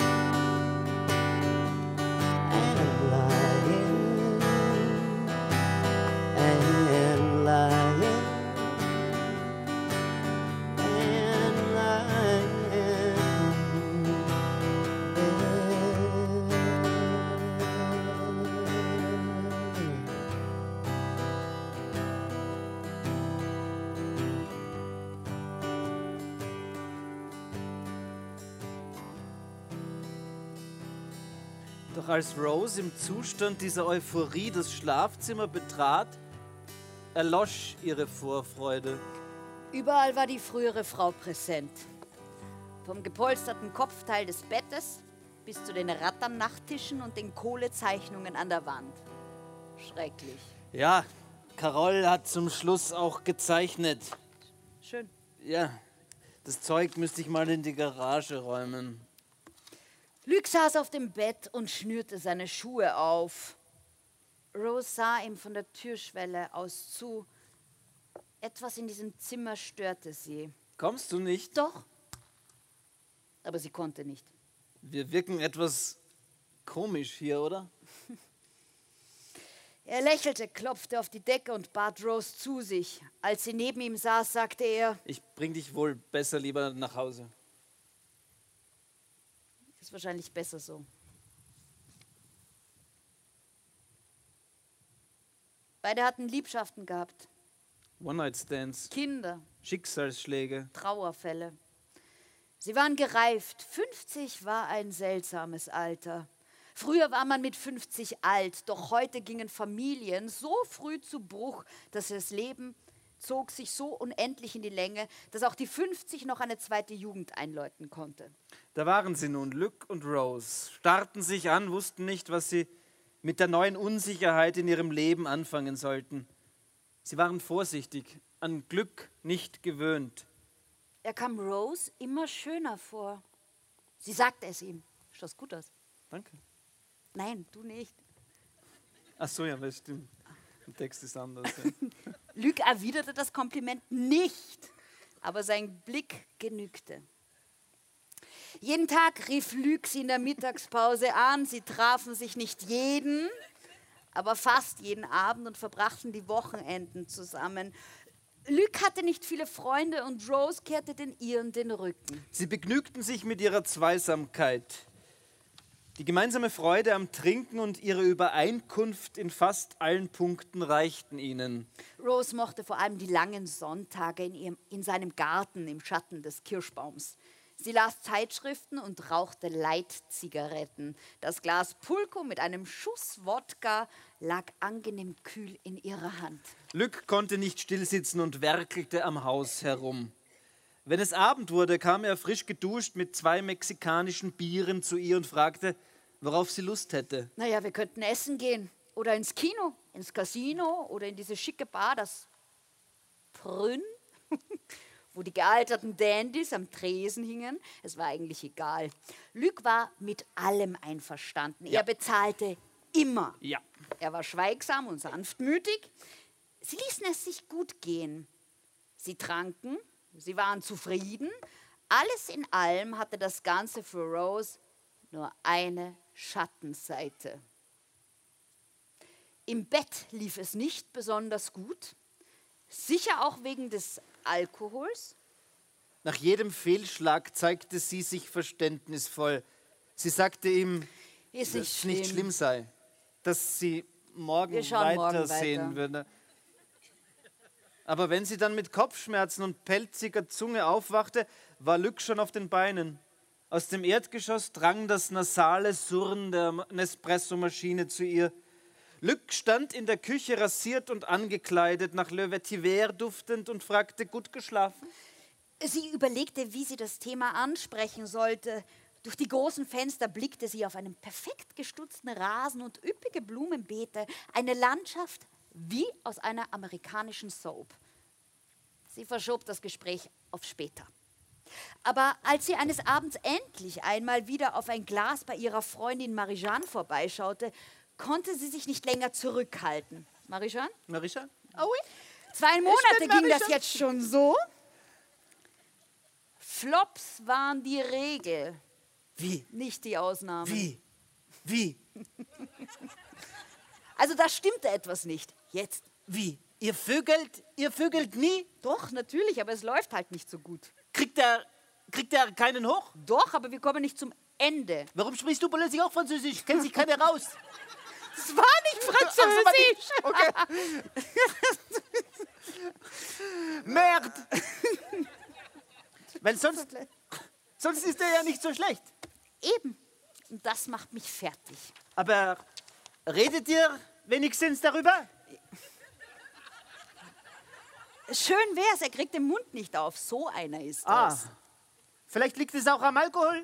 Doch als Rose im Zustand dieser Euphorie das Schlafzimmer betrat, erlosch ihre Vorfreude.
Überall war die frühere Frau präsent. Vom gepolsterten Kopfteil des Bettes bis zu den Rattern-Nachttischen und den Kohlezeichnungen an der Wand. Schrecklich.
Ja, Carol hat zum Schluss auch gezeichnet.
Schön.
Ja, das Zeug müsste ich mal in die Garage räumen.
Luc saß auf dem Bett und schnürte seine Schuhe auf. Rose sah ihm von der Türschwelle aus zu. Etwas in diesem Zimmer störte sie.
Kommst du nicht?
Doch. Aber sie konnte nicht.
Wir wirken etwas komisch hier, oder?
Er lächelte, klopfte auf die Decke und bat Rose zu sich. Als sie neben ihm saß, sagte er:
Ich bring dich wohl besser lieber nach Hause.
Ist wahrscheinlich besser so. Beide hatten Liebschaften gehabt.
One-Night-Stands,
Kinder,
Schicksalsschläge.
Trauerfälle. Sie waren gereift. fünfzig war ein seltsames Alter. Früher war man mit fünfzig alt, doch heute gingen Familien so früh zu Bruch, dass das Leben zog sich so unendlich in die Länge, dass auch die fünfzig noch eine zweite Jugend einläuten konnte.
Da waren sie nun, Luc und Rose, starrten sich an, wussten nicht, was sie mit der neuen Unsicherheit in ihrem Leben anfangen sollten. Sie waren vorsichtig, an Glück nicht gewöhnt.
Er kam Rose immer schöner vor. Sie sagte es ihm. Schaut gut aus.
Danke.
Nein, du nicht.
Ach so, ja, das stimmt. Der Text ist anders. Ja.
Luc erwiderte das Kompliment nicht, aber sein Blick genügte. Jeden Tag rief Luc sie in der Mittagspause an. Sie trafen sich nicht jeden, aber fast jeden Abend und verbrachten die Wochenenden zusammen. Luc hatte nicht viele Freunde und Rose kehrte den ihren den Rücken.
Sie begnügten sich mit ihrer Zweisamkeit. Die gemeinsame Freude am Trinken und ihre Übereinkunft in fast allen Punkten reichten ihnen.
Rose mochte vor allem die langen Sonntage in, ihrem, in seinem Garten im Schatten des Kirschbaums. Sie las Zeitschriften und rauchte Light-Zigaretten. Das Glas Pulko mit einem Schuss Wodka lag angenehm kühl in ihrer Hand.
Luc konnte nicht stillsitzen und werkelte am Haus herum. Wenn es Abend wurde, kam er frisch geduscht mit zwei mexikanischen Bieren zu ihr und fragte, worauf sie Lust hätte.
Naja, wir könnten essen gehen oder ins Kino, ins Casino oder in diese schicke Bar, das Prün, wo die gealterten Dandys am Tresen hingen. Es war eigentlich egal. Luc war mit allem einverstanden.
Ja.
Er bezahlte immer.
Ja.
Er war schweigsam und sanftmütig. Sie ließen es sich gut gehen. Sie tranken, sie waren zufrieden. Alles in allem hatte das Ganze für Rose nur eine Schattenseite. Im Bett lief es nicht besonders gut, sicher auch wegen des Alkohols.
Nach jedem Fehlschlag zeigte sie sich verständnisvoll. Sie sagte ihm,
Ist
dass
nicht
es nicht
schlimm.
schlimm sei, dass sie morgen
Wir schauen morgen
weitersehen
weiter.
würde. Aber wenn sie dann mit Kopfschmerzen und pelziger Zunge aufwachte, war Luc schon auf den Beinen. Aus dem Erdgeschoss drang das nasale Surren der Nespresso-Maschine zu ihr. Luc stand in der Küche rasiert und angekleidet, nach Le Vetiver duftend und fragte, gut geschlafen?
Sie überlegte, wie sie das Thema ansprechen sollte. Durch die großen Fenster blickte sie auf einen perfekt gestutzten Rasen und üppige Blumenbeete, eine Landschaft wie aus einer amerikanischen Soap. Sie verschob das Gespräch auf später. Aber als sie eines Abends endlich einmal wieder auf ein Glas bei ihrer Freundin Marie-Jeanne vorbeischaute, konnte sie sich nicht länger zurückhalten. Marie-Jeanne?
Marie-Jeanne?
Oh oui. Zwei Monate ging das jetzt schon so. Flops waren die Regel.
Wie?
Nicht die Ausnahme.
Wie? Wie?
Also da stimmte etwas nicht. Jetzt.
Wie? Ihr vögelt, ihr vögelt nie?
Doch, natürlich, aber es läuft halt nicht so gut.
Kriegt er, kriegt er keinen hoch?
Doch, aber wir kommen nicht zum Ende.
Warum sprichst du plötzlich auch Französisch? Kennt sich keiner raus.
Das war nicht Französisch.
Okay. Merde. Weil sonst, sonst ist er ja nicht so schlecht.
Eben. Und das macht mich fertig.
Aber redet ihr wenigstens darüber?
Schön wär's, er kriegt den Mund nicht auf. So einer ist
Ah,
das.
vielleicht liegt es auch am Alkohol.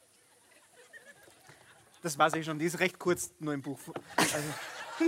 Das war's eh schon, die ist recht kurz nur im Buch. Also.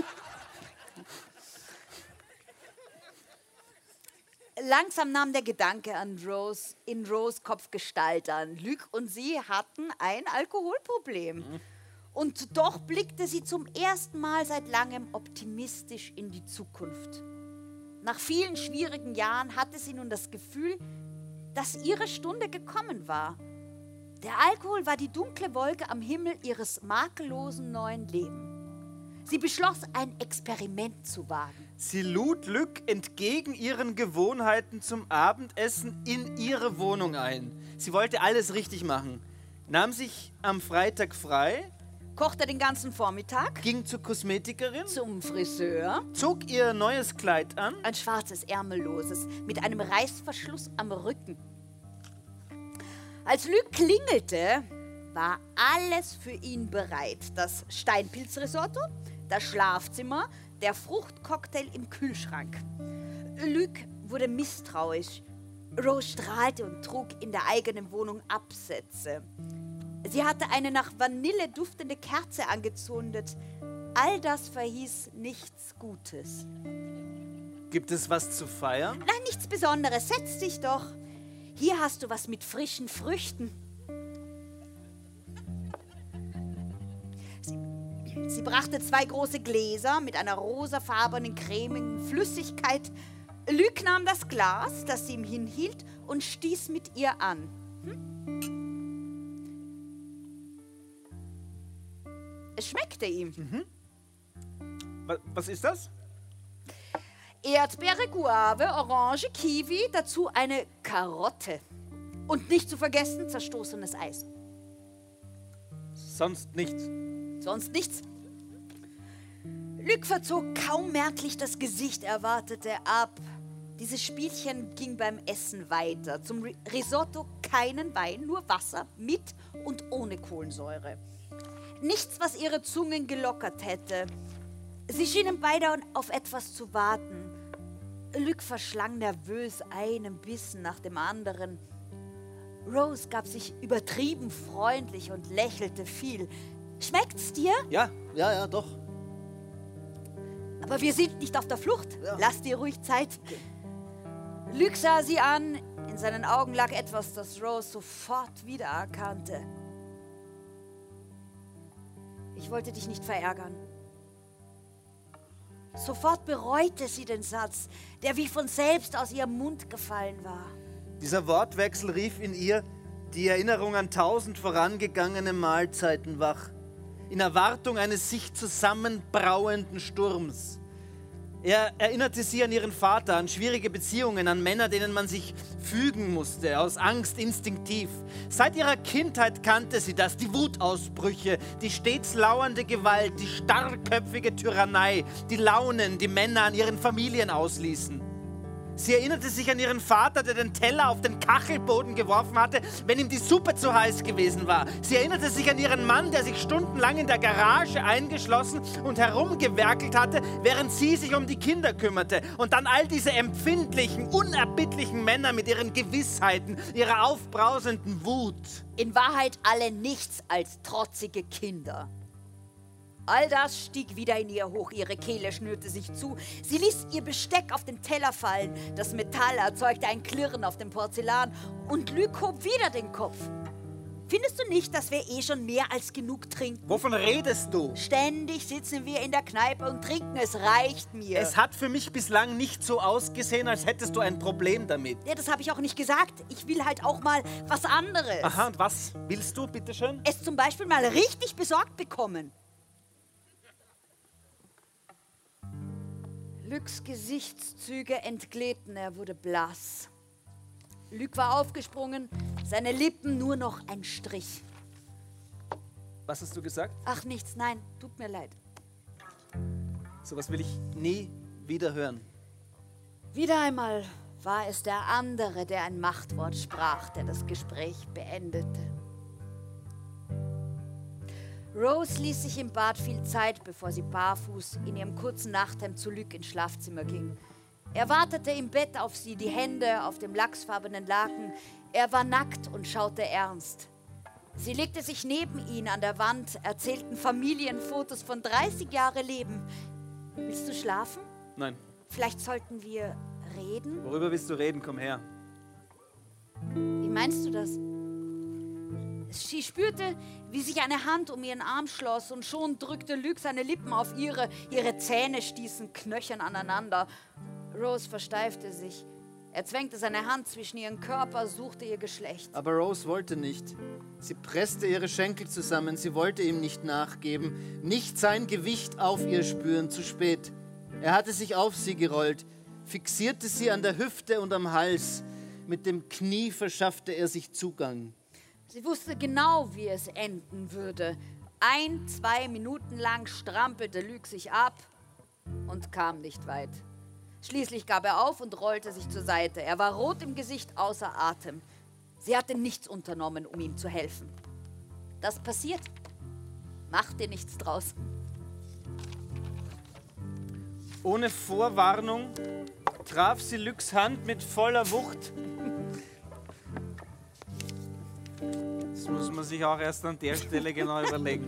Langsam nahm der Gedanke an Rose in Rose Kopf Gestalt an. Luc und sie hatten ein Alkoholproblem. Mhm. Und doch blickte sie zum ersten Mal seit langem optimistisch in die Zukunft. Nach vielen schwierigen Jahren hatte sie nun das Gefühl, dass ihre Stunde gekommen war. Der Alkohol war die dunkle Wolke am Himmel ihres makellosen neuen Lebens. Sie beschloss, ein Experiment zu wagen.
Sie lud Luc entgegen ihren Gewohnheiten zum Abendessen in ihre Wohnung ein. Sie wollte alles richtig machen. Nahm sich am Freitag frei,
Kochte den ganzen Vormittag,
ging zur Kosmetikerin,
zum Friseur,
zog ihr neues Kleid an,
ein schwarzes, ärmelloses, mit einem Reißverschluss am Rücken. Als Luc klingelte, war alles für ihn bereit. Das Steinpilzrisotto, das Schlafzimmer, der Fruchtcocktail im Kühlschrank. Luc wurde misstrauisch. Rose strahlte und trug in der eigenen Wohnung Absätze. Sie hatte eine nach Vanille duftende Kerze angezündet. All das verhieß nichts Gutes.
Gibt es was zu feiern?
Nein, nichts Besonderes. Setz dich doch. Hier hast du was mit frischen Früchten. Sie, sie brachte zwei große Gläser mit einer rosafarbenen, cremigen Flüssigkeit. Luc nahm das Glas, das sie ihm hinhielt, und stieß mit ihr an. Hm? Es schmeckte ihm.
Mhm. Was, was ist das?
Erdbeere, Guave, Orange, Kiwi, dazu eine Karotte. Und nicht zu vergessen, zerstoßenes Eis.
Sonst nichts.
Sonst nichts. Luc verzog kaum merklich das Gesicht, er wartete ab. Dieses Spielchen ging beim Essen weiter. Zum Risotto keinen Wein, nur Wasser mit und ohne Kohlensäure. Nichts, was ihre Zungen gelockert hätte. Sie schienen beide auf etwas zu warten. Luc verschlang nervös einen Bissen nach dem anderen. Rose gab sich übertrieben freundlich und lächelte viel. Schmeckt's dir?
Ja, ja, ja, doch.
Aber wir sind nicht auf der Flucht. Ja. Lass dir ruhig Zeit. Luc sah sie an. In seinen Augen lag etwas, das Rose sofort wiedererkannte. Ich wollte dich nicht verärgern. Sofort bereute sie den Satz, der wie von selbst aus ihrem Mund gefallen war.
Dieser Wortwechsel rief in ihr die Erinnerung an tausend vorangegangene Mahlzeiten wach, in Erwartung eines sich zusammenbrauenden Sturms. Er erinnerte sie an ihren Vater, an schwierige Beziehungen, an Männer, denen man sich fügen musste, aus Angst instinktiv. Seit ihrer Kindheit kannte sie das, die Wutausbrüche, die stets lauernde Gewalt, die starrköpfige Tyrannei, die Launen, die Männer an ihren Familien ausließen. Sie erinnerte sich an ihren Vater, der den Teller auf den Kachelboden geworfen hatte, wenn ihm die Suppe zu heiß gewesen war. Sie erinnerte sich an ihren Mann, der sich stundenlang in der Garage eingeschlossen und herumgewerkelt hatte, während sie sich um die Kinder kümmerte. Und dann all diese empfindlichen, unerbittlichen Männer mit ihren Gewissheiten, ihrer aufbrausenden Wut.
In Wahrheit alle nichts als trotzige Kinder. All das stieg wieder in ihr hoch, ihre Kehle schnürte sich zu. Sie ließ ihr Besteck auf den Teller fallen. Das Metall erzeugte ein Klirren auf dem Porzellan und Luc hob wieder den Kopf. Findest du nicht, dass wir eh schon mehr als genug trinken?
Wovon redest du?
Ständig sitzen wir in der Kneipe und trinken, es reicht mir.
Es hat für mich bislang nicht so ausgesehen, als hättest du ein Problem damit.
Ja, das habe ich auch nicht gesagt. Ich will halt auch mal was anderes.
Aha, und was willst du, bitteschön?
Es zum Beispiel mal richtig besorgt bekommen. Lucs Gesichtszüge entglitten, er wurde blass. Luc war aufgesprungen, seine Lippen nur noch ein Strich.
Was hast du gesagt?
Ach, nichts, nein, tut mir leid.
Sowas will ich nie wieder hören.
Wieder einmal war es der andere, der ein Machtwort sprach, der das Gespräch beendete. Rose ließ sich im Bad viel Zeit, bevor sie barfuß in ihrem kurzen Nachthemd zu Luc ins Schlafzimmer ging. Er wartete im Bett auf sie, die Hände auf dem lachsfarbenen Laken. Er war nackt und schaute ernst. Sie legte sich neben ihn an der Wand, erzählten Familienfotos von dreißig Jahren Leben. Willst du schlafen?
Nein.
Vielleicht sollten wir reden?
Worüber willst du reden? Komm her.
Wie meinst du das? Sie spürte, wie sich eine Hand um ihren Arm schloss und schon drückte Luc seine Lippen auf ihre. Ihre Zähne stießen knöchern aneinander. Rose versteifte sich. Er zwängte seine Hand zwischen ihren Körper, suchte ihr Geschlecht.
Aber Rose wollte nicht. Sie presste ihre Schenkel zusammen, sie wollte ihm nicht nachgeben, nicht sein Gewicht auf ihr spüren, zu spät. Er hatte sich auf sie gerollt, fixierte sie an der Hüfte und am Hals. Mit dem Knie verschaffte er sich Zugang.
Sie wusste genau, wie es enden würde. Ein, zwei Minuten lang strampelte Luc sich ab und kam nicht weit. Schließlich gab er auf und rollte sich zur Seite. Er war rot im Gesicht, außer Atem. Sie hatte nichts unternommen, um ihm zu helfen. Das passiert. Mach dir nichts draus.
Ohne Vorwarnung traf sie Lucs Hand mit voller Wucht. Das muss man sich auch erst an der Stelle genau überlegen.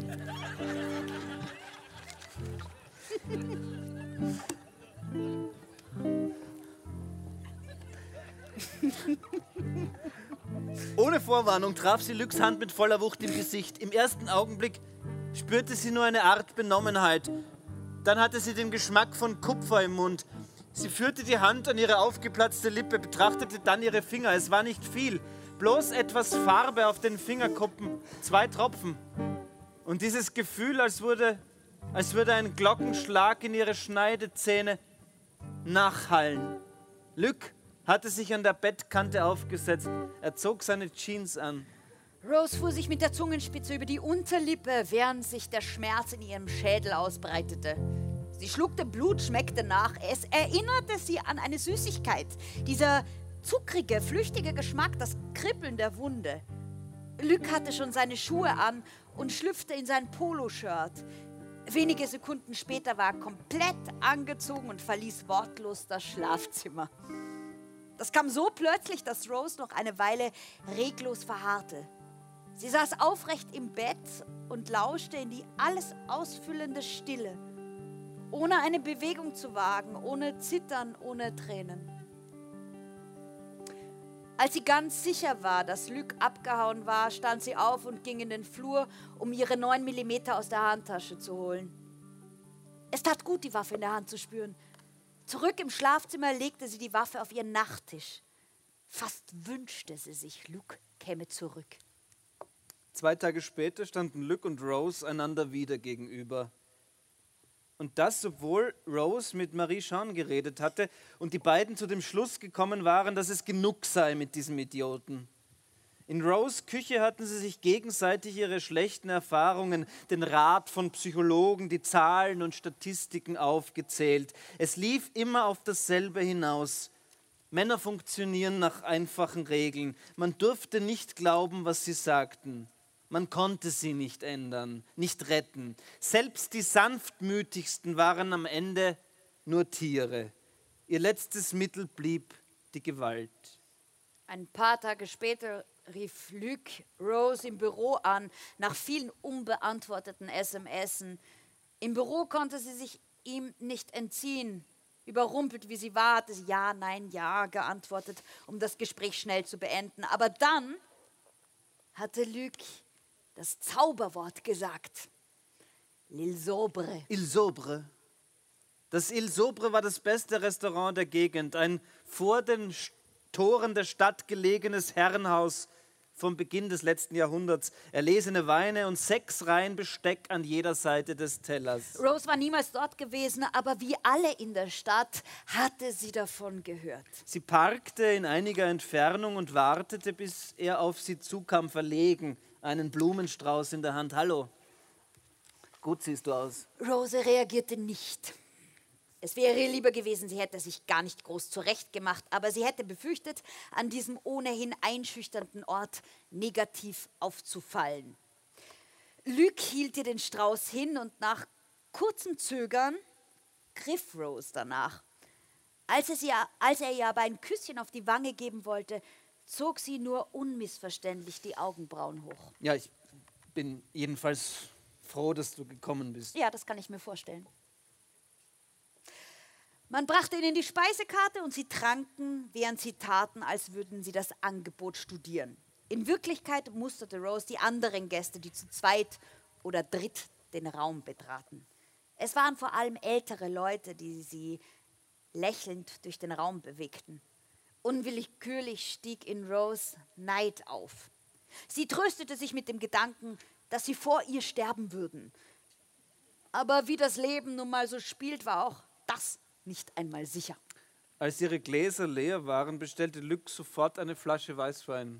Ohne Vorwarnung traf sie Lucs Hand mit voller Wucht im Gesicht. Im ersten Augenblick spürte sie nur eine Art Benommenheit. Dann hatte sie den Geschmack von Kupfer im Mund. Sie führte die Hand an ihre aufgeplatzte Lippe, betrachtete dann ihre Finger. Es war nicht viel, bloß etwas Farbe auf den Fingerkuppen, zwei Tropfen. Und dieses Gefühl, als würde, als würde ein Glockenschlag in ihre Schneidezähne nachhallen. Luc hatte sich an der Bettkante aufgesetzt. Er zog seine Jeans an.
Rose fuhr sich mit der Zungenspitze über die Unterlippe, während sich der Schmerz in ihrem Schädel ausbreitete. Sie schluckte Blut, schmeckte nach. Es erinnerte sie an eine Süßigkeit. Dieser zuckrige, flüchtige Geschmack, das Kribbeln der Wunde. Luc hatte schon seine Schuhe an und schlüpfte in sein Poloshirt. Wenige Sekunden später war er komplett angezogen und verließ wortlos das Schlafzimmer. Das kam so plötzlich, dass Rose noch eine Weile reglos verharrte. Sie saß aufrecht im Bett und lauschte in die alles ausfüllende Stille, ohne eine Bewegung zu wagen, ohne Zittern, ohne Tränen. Als sie ganz sicher war, dass Luc abgehauen war, stand sie auf und ging in den Flur, um ihre neun Millimeter aus der Handtasche zu holen. Es tat gut, die Waffe in der Hand zu spüren. Zurück im Schlafzimmer legte sie die Waffe auf ihren Nachttisch. Fast wünschte sie sich, Luc käme zurück.
Zwei Tage später standen Luc und Rose einander wieder gegenüber. Und das, obwohl Rose mit Marie-Jeanne geredet hatte und die beiden zu dem Schluss gekommen waren, dass es genug sei mit diesem Idioten. In Rose' Küche hatten sie sich gegenseitig ihre schlechten Erfahrungen, den Rat von Psychologen, die Zahlen und Statistiken aufgezählt. Es lief immer auf dasselbe hinaus. Männer funktionieren nach einfachen Regeln. Man durfte nicht glauben, was sie sagten. Man konnte sie nicht ändern, nicht retten. Selbst die sanftmütigsten waren am Ende nur Tiere. Ihr letztes Mittel blieb die Gewalt.
Ein paar Tage später rief Luc Rose im Büro an, nach vielen unbeantworteten S M S. Im Büro konnte sie sich ihm nicht entziehen. Überrumpelt wie sie war, hatte sie ja, nein, ja geantwortet, um das Gespräch schnell zu beenden. Aber dann hatte Luc das Zauberwort gesagt. L'Île Sobre.
Il Sobre. Das Il Sobre war das beste Restaurant der Gegend. Ein vor den Toren der Stadt gelegenes Herrenhaus vom Beginn des letzten Jahrhunderts. Erlesene Weine und sechs Reihen Besteck an jeder Seite des Tellers.
Rose war niemals dort gewesen, aber wie alle in der Stadt hatte sie davon gehört.
Sie parkte in einiger Entfernung und wartete, bis er auf sie zukam, verlegen, einen Blumenstrauß in der Hand. Hallo, gut siehst du aus.
Rose reagierte nicht. Es wäre ihr lieber gewesen, sie hätte sich gar nicht groß zurechtgemacht, aber sie hätte befürchtet, an diesem ohnehin einschüchternden Ort negativ aufzufallen. Luc hielt ihr den Strauß hin und nach kurzem Zögern griff Rose danach. Als, es ihr, als er ihr aber ein Küsschen auf die Wange geben wollte, zog sie nur unmissverständlich die Augenbrauen hoch.
Ja, ich bin jedenfalls froh, dass du gekommen bist.
Ja, das kann ich mir vorstellen. Man brachte ihnen die Speisekarte und sie tranken, während sie taten, als würden sie das Angebot studieren. In Wirklichkeit musterte Rose die anderen Gäste, die zu zweit oder dritt den Raum betraten. Es waren vor allem ältere Leute, die sie lächelnd durch den Raum bewegten. Unwillkürlich stieg in Rose Neid auf. Sie tröstete sich mit dem Gedanken, dass sie vor ihr sterben würden. Aber wie das Leben nun mal so spielt, war auch das nicht einmal sicher.
Als ihre Gläser leer waren, bestellte Luc sofort eine Flasche Weißwein.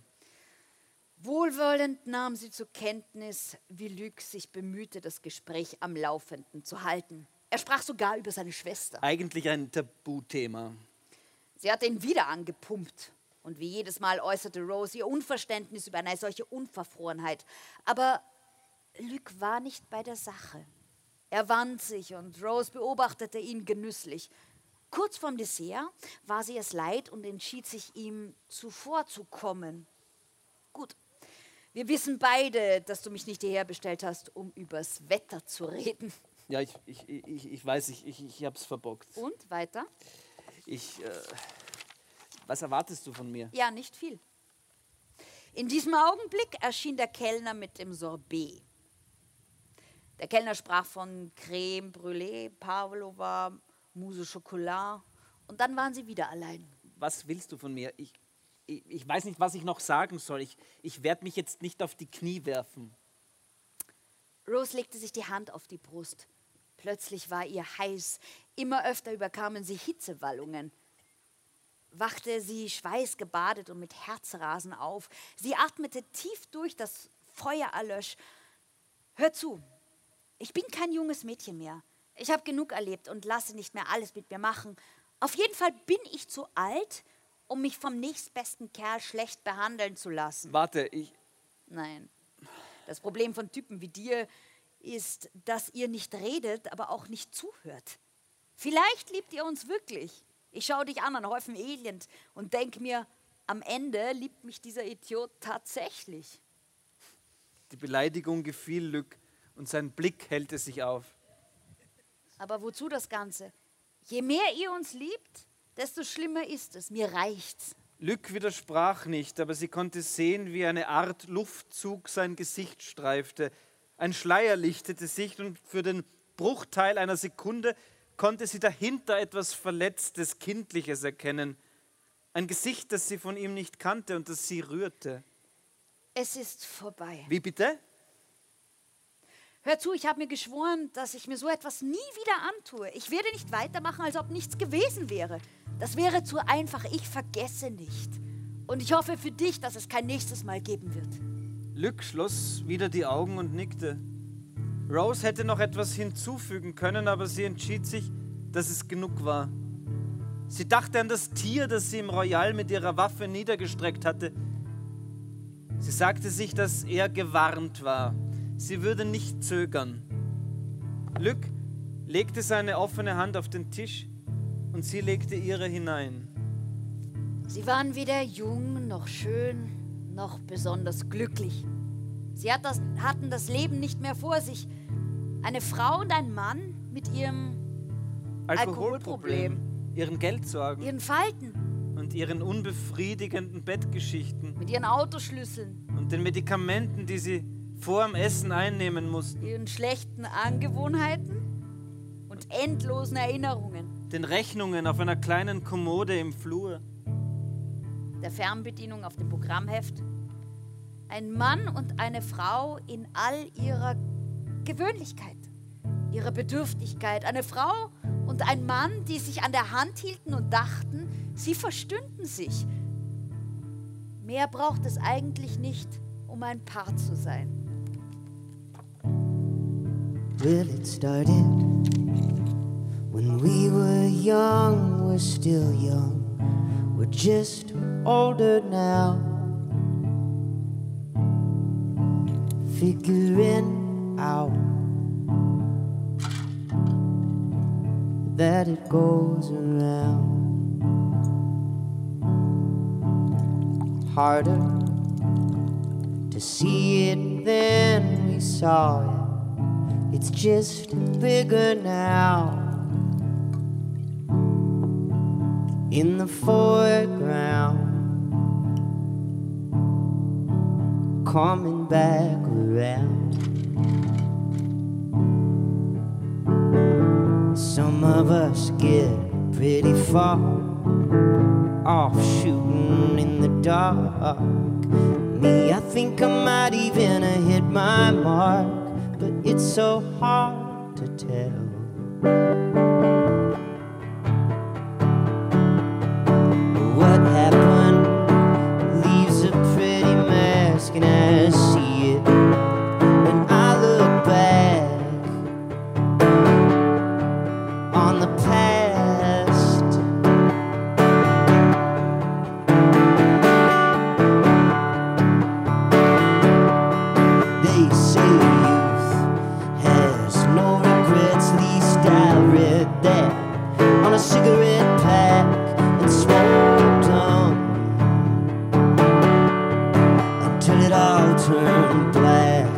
Wohlwollend nahm sie zur Kenntnis, wie Luc sich bemühte, das Gespräch am Laufenden zu halten. Er sprach sogar über seine Schwester.
Eigentlich ein Tabuthema.
Sie hatte ihn wieder angepumpt. Und wie jedes Mal äußerte Rose ihr Unverständnis über eine solche Unverfrorenheit. Aber Luc war nicht bei der Sache. Er wand sich und Rose beobachtete ihn genüsslich. Kurz vorm Dessert war sie es leid und entschied sich, ihm zuvorzukommen. Gut, wir wissen beide, dass du mich nicht hierher bestellt hast, um übers Wetter zu reden.
Ja, ich, ich, ich, ich weiß, ich, ich, ich hab's verbockt.
Und, weiter?
Ich, äh, was erwartest du von mir?
Ja, nicht viel. In diesem Augenblick erschien der Kellner mit dem Sorbet. Der Kellner sprach von Creme Brûlée, Pavlova, Mousse au Chocolat und dann waren sie wieder allein.
Was willst du von mir? Ich, ich, ich weiß nicht, was ich noch sagen soll. Ich, ich werde mich jetzt nicht auf die Knie werfen.
Rose legte sich die Hand auf die Brust. Plötzlich war ihr heiß. Immer öfter überkamen sie Hitzewallungen. Wachte sie schweißgebadet und mit Herzrasen auf. Sie atmete tief durch, das Feuer erlösch. Hör zu. Ich bin kein junges Mädchen mehr. Ich habe genug erlebt und lasse nicht mehr alles mit mir machen. Auf jeden Fall bin ich zu alt, um mich vom nächstbesten Kerl schlecht behandeln zu lassen.
Warte, ich...
Nein. Das Problem von Typen wie dir ist, dass ihr nicht redet, aber auch nicht zuhört. Vielleicht liebt ihr uns wirklich. Ich schaue dich an, an Häufen Elend und denke mir, am Ende liebt mich dieser Idiot tatsächlich.
Die Beleidigung gefiel Luc. Und sein Blick hellte sich auf.
Aber wozu das Ganze? Je mehr ihr uns liebt, desto schlimmer ist es. Mir reicht's.
Luc widersprach nicht, aber sie konnte sehen, wie eine Art Luftzug sein Gesicht streifte. Ein Schleier lichtete sich und für den Bruchteil einer Sekunde konnte sie dahinter etwas Verletztes, Kindliches erkennen. Ein Gesicht, das sie von ihm nicht kannte und das sie rührte.
Es ist vorbei.
Wie bitte?
Hör zu, ich habe mir geschworen, dass ich mir so etwas nie wieder antue. Ich werde nicht weitermachen, als ob nichts gewesen wäre. Das wäre zu einfach. Ich vergesse nicht. Und ich hoffe für dich, dass es kein nächstes Mal geben wird.
Luc schloss wieder die Augen und nickte. Rose hätte noch etwas hinzufügen können, aber sie entschied sich, dass es genug war. Sie dachte an das Tier, das sie im Royal mit ihrer Waffe niedergestreckt hatte. Sie sagte sich, dass er gewarnt war. Sie würde nicht zögern. Luc legte seine offene Hand auf den Tisch und sie legte ihre hinein.
Sie waren weder jung, noch schön, noch besonders glücklich. Sie hat das, hatten das Leben nicht mehr vor sich. Eine Frau und ein Mann mit ihrem Alkoholproblem,
ihren Geldsorgen
ihren Falten,
und ihren unbefriedigenden Bettgeschichten
mit ihren Autoschlüsseln,
und den Medikamenten, die sie vor dem Essen einnehmen mussten,
ihren schlechten Angewohnheiten und endlosen Erinnerungen,
den Rechnungen auf einer kleinen Kommode im Flur,
der Fernbedienung auf dem Programmheft. Ein Mann und eine Frau in all ihrer Gewöhnlichkeit, ihrer Bedürftigkeit. Eine Frau und ein Mann, die sich an der Hand hielten und dachten, sie verstünden sich. Mehr braucht es eigentlich nicht, um ein Paar zu sein.
Well, it started when we were young, we're still young, we're just older now. Figuring out that it goes around. Harder to see it than we saw it. It's just bigger now. In the foreground, coming back around. Some of us get pretty far off shooting in the dark. Me, I think I might even have hit my mark, but it's so hard to tell. What happened leaves a pretty mask, and I see it when I look back on the past. They say youth has no regrets, at least I read that on a cigarette pack and smoked on until it all turned black.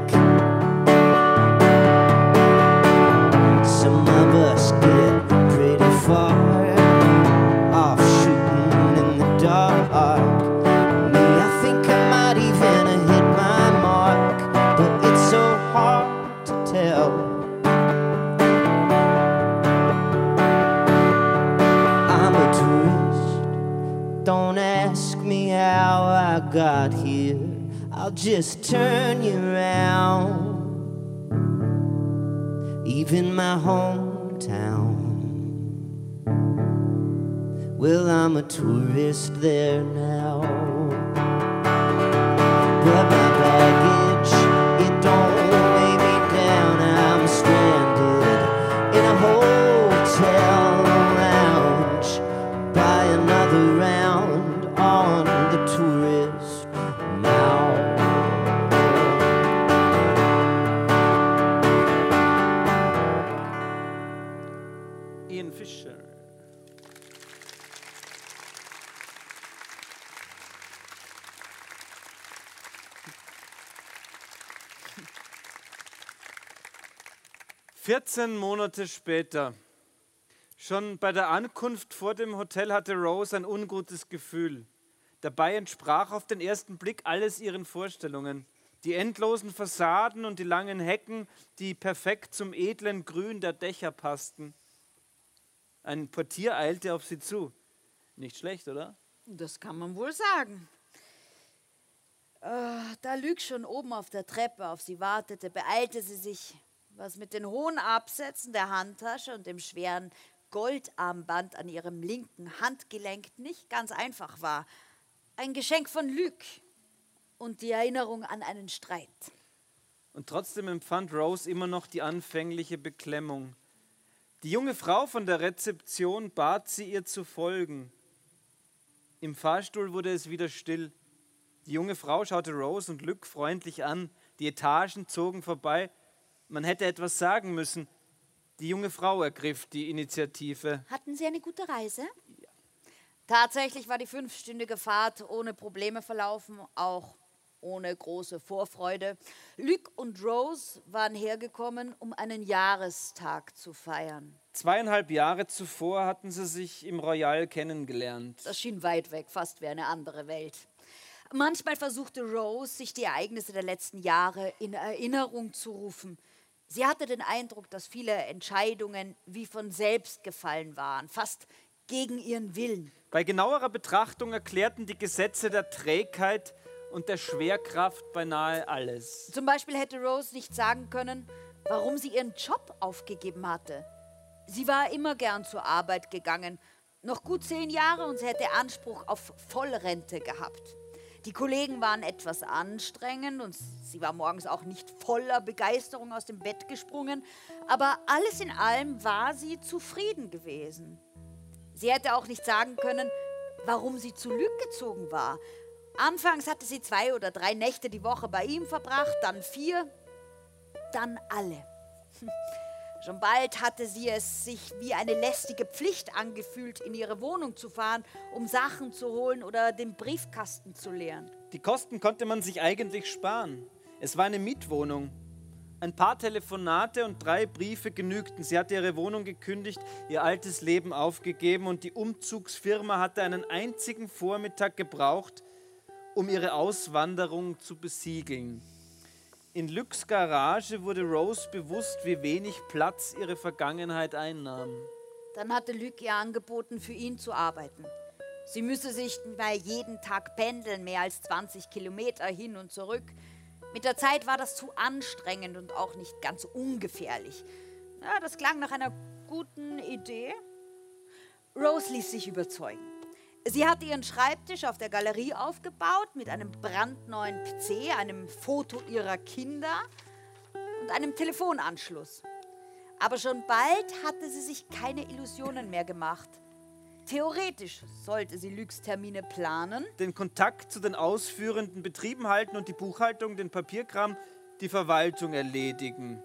Some of us get pretty far off shooting in the dark. Me, I think I might even have hit my mark, but it's so hard to tell. I'm a tourist, don't ask me how I got here, I'll just turn you around. Even my hometown, well, I'm a tourist there now. But my baggage, it don't weigh me down. I'm stranded in a hotel lounge, buy another round on the tourist now.
Ian Fischer. vierzehn Monate später. Schon bei der Ankunft vor dem Hotel hatte Rose ein ungutes Gefühl. Dabei entsprach auf den ersten Blick alles ihren Vorstellungen. Die endlosen Fassaden und die langen Hecken, die perfekt zum edlen Grün der Dächer passten. Ein Portier eilte auf sie zu. Nicht schlecht, oder?
Das kann man wohl sagen. Äh, da Luc schon oben auf der Treppe auf sie wartete, beeilte sie sich, was mit den hohen Absätzen der Handtasche und dem schweren Goldarmband an ihrem linken Handgelenk nicht ganz einfach war. Ein Geschenk von Luc und die Erinnerung an einen Streit.
Und trotzdem empfand Rose immer noch die anfängliche Beklemmung. Die junge Frau von der Rezeption bat sie, ihr zu folgen. Im Fahrstuhl wurde es wieder still. Die junge Frau schaute Rose und Luc freundlich an. Die Etagen zogen vorbei. Man hätte etwas sagen müssen. Die junge Frau ergriff die Initiative.
Hatten Sie eine gute Reise? Ja. Tatsächlich war die fünfstündige Fahrt ohne Probleme verlaufen, auch ohne große Vorfreude. Luc und Rose waren hergekommen, um einen Jahrestag zu feiern.
Zweieinhalb Jahre zuvor hatten sie sich im Royal kennengelernt.
Das schien weit weg, fast wie eine andere Welt. Manchmal versuchte Rose, sich die Ereignisse der letzten Jahre in Erinnerung zu rufen. Sie hatte den Eindruck, dass viele Entscheidungen wie von selbst gefallen waren, fast gegen ihren Willen.
Bei genauerer Betrachtung erklärten die Gesetze der Trägheit und der Schwerkraft beinahe alles.
Zum Beispiel hätte Rose nicht sagen können, warum sie ihren Job aufgegeben hatte. Sie war immer gern zur Arbeit gegangen, noch gut zehn Jahre und sie hätte Anspruch auf Vollrente gehabt. Die Kollegen waren etwas anstrengend und sie war morgens auch nicht voller Begeisterung aus dem Bett gesprungen, aber alles in allem war sie zufrieden gewesen. Sie hätte auch nicht sagen können, warum sie zu Luc gezogen war. Anfangs hatte sie zwei oder drei Nächte die Woche bei ihm verbracht, dann vier, dann alle. Schon bald hatte sie es sich wie eine lästige Pflicht angefühlt, in ihre Wohnung zu fahren, um Sachen zu holen oder den Briefkasten zu leeren.
Die Kosten konnte man sich eigentlich sparen. Es war eine Mietwohnung. Ein paar Telefonate und drei Briefe genügten. Sie hatte ihre Wohnung gekündigt, ihr altes Leben aufgegeben und die Umzugsfirma hatte einen einzigen Vormittag gebraucht, um ihre Auswanderung zu besiegeln. In Lucs Garage wurde Rose bewusst, wie wenig Platz ihre Vergangenheit einnahm.
Dann hatte Luc ihr angeboten, für ihn zu arbeiten. Sie müsse sich bei jeden Tag pendeln, mehr als zwanzig Kilometer hin und zurück. Mit der Zeit war das zu anstrengend und auch nicht ganz ungefährlich. Ja, das klang nach einer guten Idee. Rose ließ sich überzeugen. Sie hatte ihren Schreibtisch auf der Galerie aufgebaut mit einem brandneuen P C, einem Foto ihrer Kinder und einem Telefonanschluss. Aber schon bald hatte sie sich keine Illusionen mehr gemacht. Theoretisch sollte sie Lucs Termine planen,
den Kontakt zu den ausführenden Betrieben halten und die Buchhaltung, den Papierkram, die Verwaltung erledigen.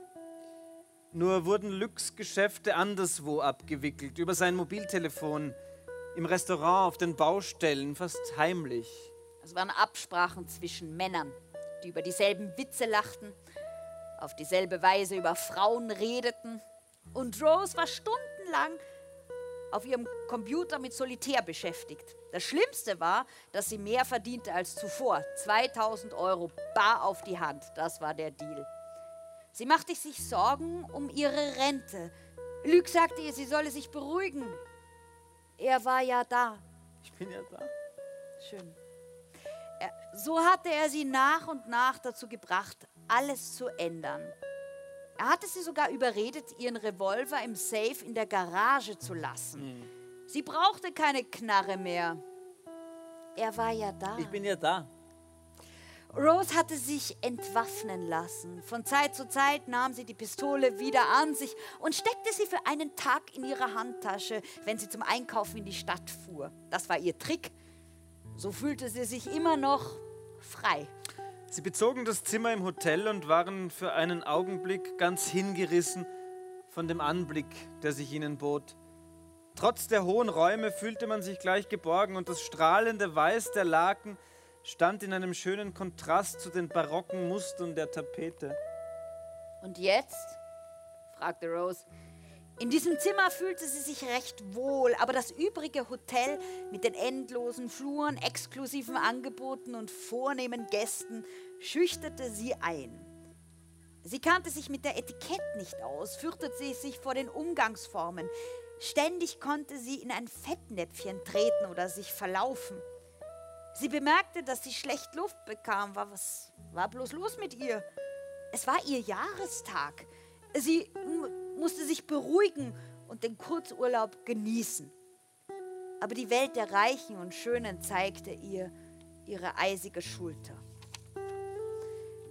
Nur wurden Lucs Geschäfte anderswo abgewickelt, über sein Mobiltelefon, im Restaurant, auf den Baustellen, fast heimlich.
Es waren Absprachen zwischen Männern, die über dieselben Witze lachten, auf dieselbe Weise über Frauen redeten. Und Rose war stundenlang auf ihrem Computer mit Solitär beschäftigt. Das Schlimmste war, dass sie mehr verdiente als zuvor. zweitausend Euro bar auf die Hand, das war der Deal. Sie machte sich Sorgen um ihre Rente. Luc sagte ihr, sie solle sich beruhigen. Er war ja da.
Ich bin ja da.
Schön. Er, so hatte er sie nach und nach dazu gebracht, alles zu ändern. Er hatte sie sogar überredet, ihren Revolver im Safe in der Garage zu lassen. Hm. Sie brauchte keine Knarre mehr. Er war ja da.
Ich bin ja da.
Rose hatte sich entwaffnen lassen. Von Zeit zu Zeit nahm sie die Pistole wieder an sich und steckte sie für einen Tag in ihre Handtasche, wenn sie zum Einkaufen in die Stadt fuhr. Das war ihr Trick. So fühlte sie sich immer noch frei.
Sie bezogen das Zimmer im Hotel und waren für einen Augenblick ganz hingerissen von dem Anblick, der sich ihnen bot. Trotz der hohen Räume fühlte man sich gleich geborgen und das strahlende Weiß der Laken stand in einem schönen Kontrast zu den barocken Mustern der Tapete.
Und jetzt? Fragte Rose. In diesem Zimmer fühlte sie sich recht wohl, aber das übrige Hotel mit den endlosen Fluren, exklusiven Angeboten und vornehmen Gästen schüchterte sie ein. Sie kannte sich mit der Etikett nicht aus, fürchtete sich vor den Umgangsformen. Ständig konnte sie in ein Fettnäpfchen treten oder sich verlaufen. Sie bemerkte, dass sie schlecht Luft bekam. Was war bloß los mit ihr? Es war ihr Jahrestag. Sie m- musste sich beruhigen und den Kurzurlaub genießen. Aber die Welt der Reichen und Schönen zeigte ihr ihre eisige Schulter.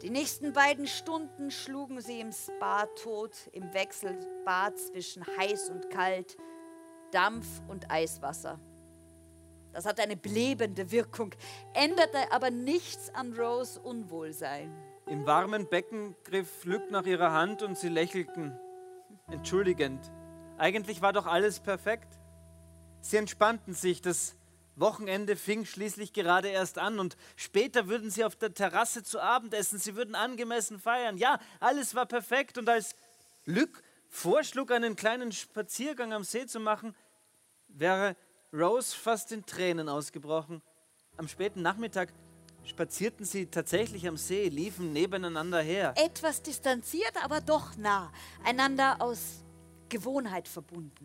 Die nächsten beiden Stunden schlugen sie im Spa tot, im Wechselbad zwischen heiß und kalt, Dampf und Eiswasser. Das hatte eine belebende Wirkung, änderte aber nichts an Rose' Unwohlsein.
Im warmen Becken griff Luc nach ihrer Hand und sie lächelten, entschuldigend. Eigentlich war doch alles perfekt. Sie entspannten sich, das Wochenende fing schließlich gerade erst an und später würden sie auf der Terrasse zu Abend essen, sie würden angemessen feiern. Ja, alles war perfekt und als Luc vorschlug, einen kleinen Spaziergang am See zu machen, wäre Rose fast in Tränen ausgebrochen. Am späten Nachmittag spazierten sie tatsächlich am See, liefen nebeneinander her.
Etwas distanziert, aber doch nah, einander aus Gewohnheit verbunden.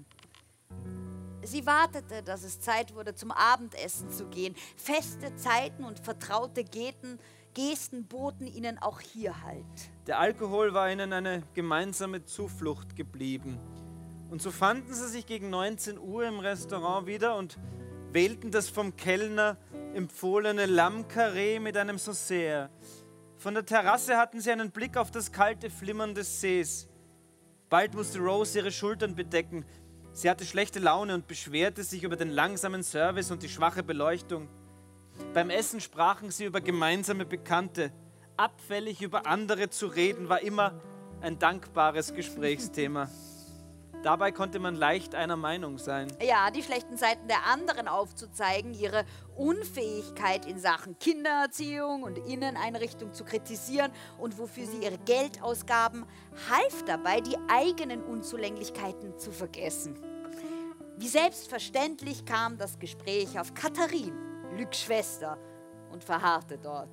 Sie wartete, dass es Zeit wurde, zum Abendessen zu gehen. Feste Zeiten und vertraute Gesten, Gesten boten ihnen auch hier Halt.
Der Alkohol war ihnen eine gemeinsame Zuflucht geblieben. Und so fanden sie sich gegen neunzehn Uhr im Restaurant wieder und wählten das vom Kellner empfohlene Lammkarree mit einem Saucier. Von der Terrasse hatten sie einen Blick auf das kalte Flimmern des Sees. Bald musste Rose ihre Schultern bedecken. Sie hatte schlechte Laune und beschwerte sich über den langsamen Service und die schwache Beleuchtung. Beim Essen sprachen sie über gemeinsame Bekannte. Abfällig über andere zu reden war immer ein dankbares Gesprächsthema. Dabei konnte man leicht einer Meinung sein.
Ja, die schlechten Seiten der anderen aufzuzeigen, ihre Unfähigkeit in Sachen Kindererziehung und Inneneinrichtung zu kritisieren und wofür sie ihre Geld ausgaben, half dabei, die eigenen Unzulänglichkeiten zu vergessen. Wie selbstverständlich kam das Gespräch auf Katharine, Lucs Schwester, und verharrte dort.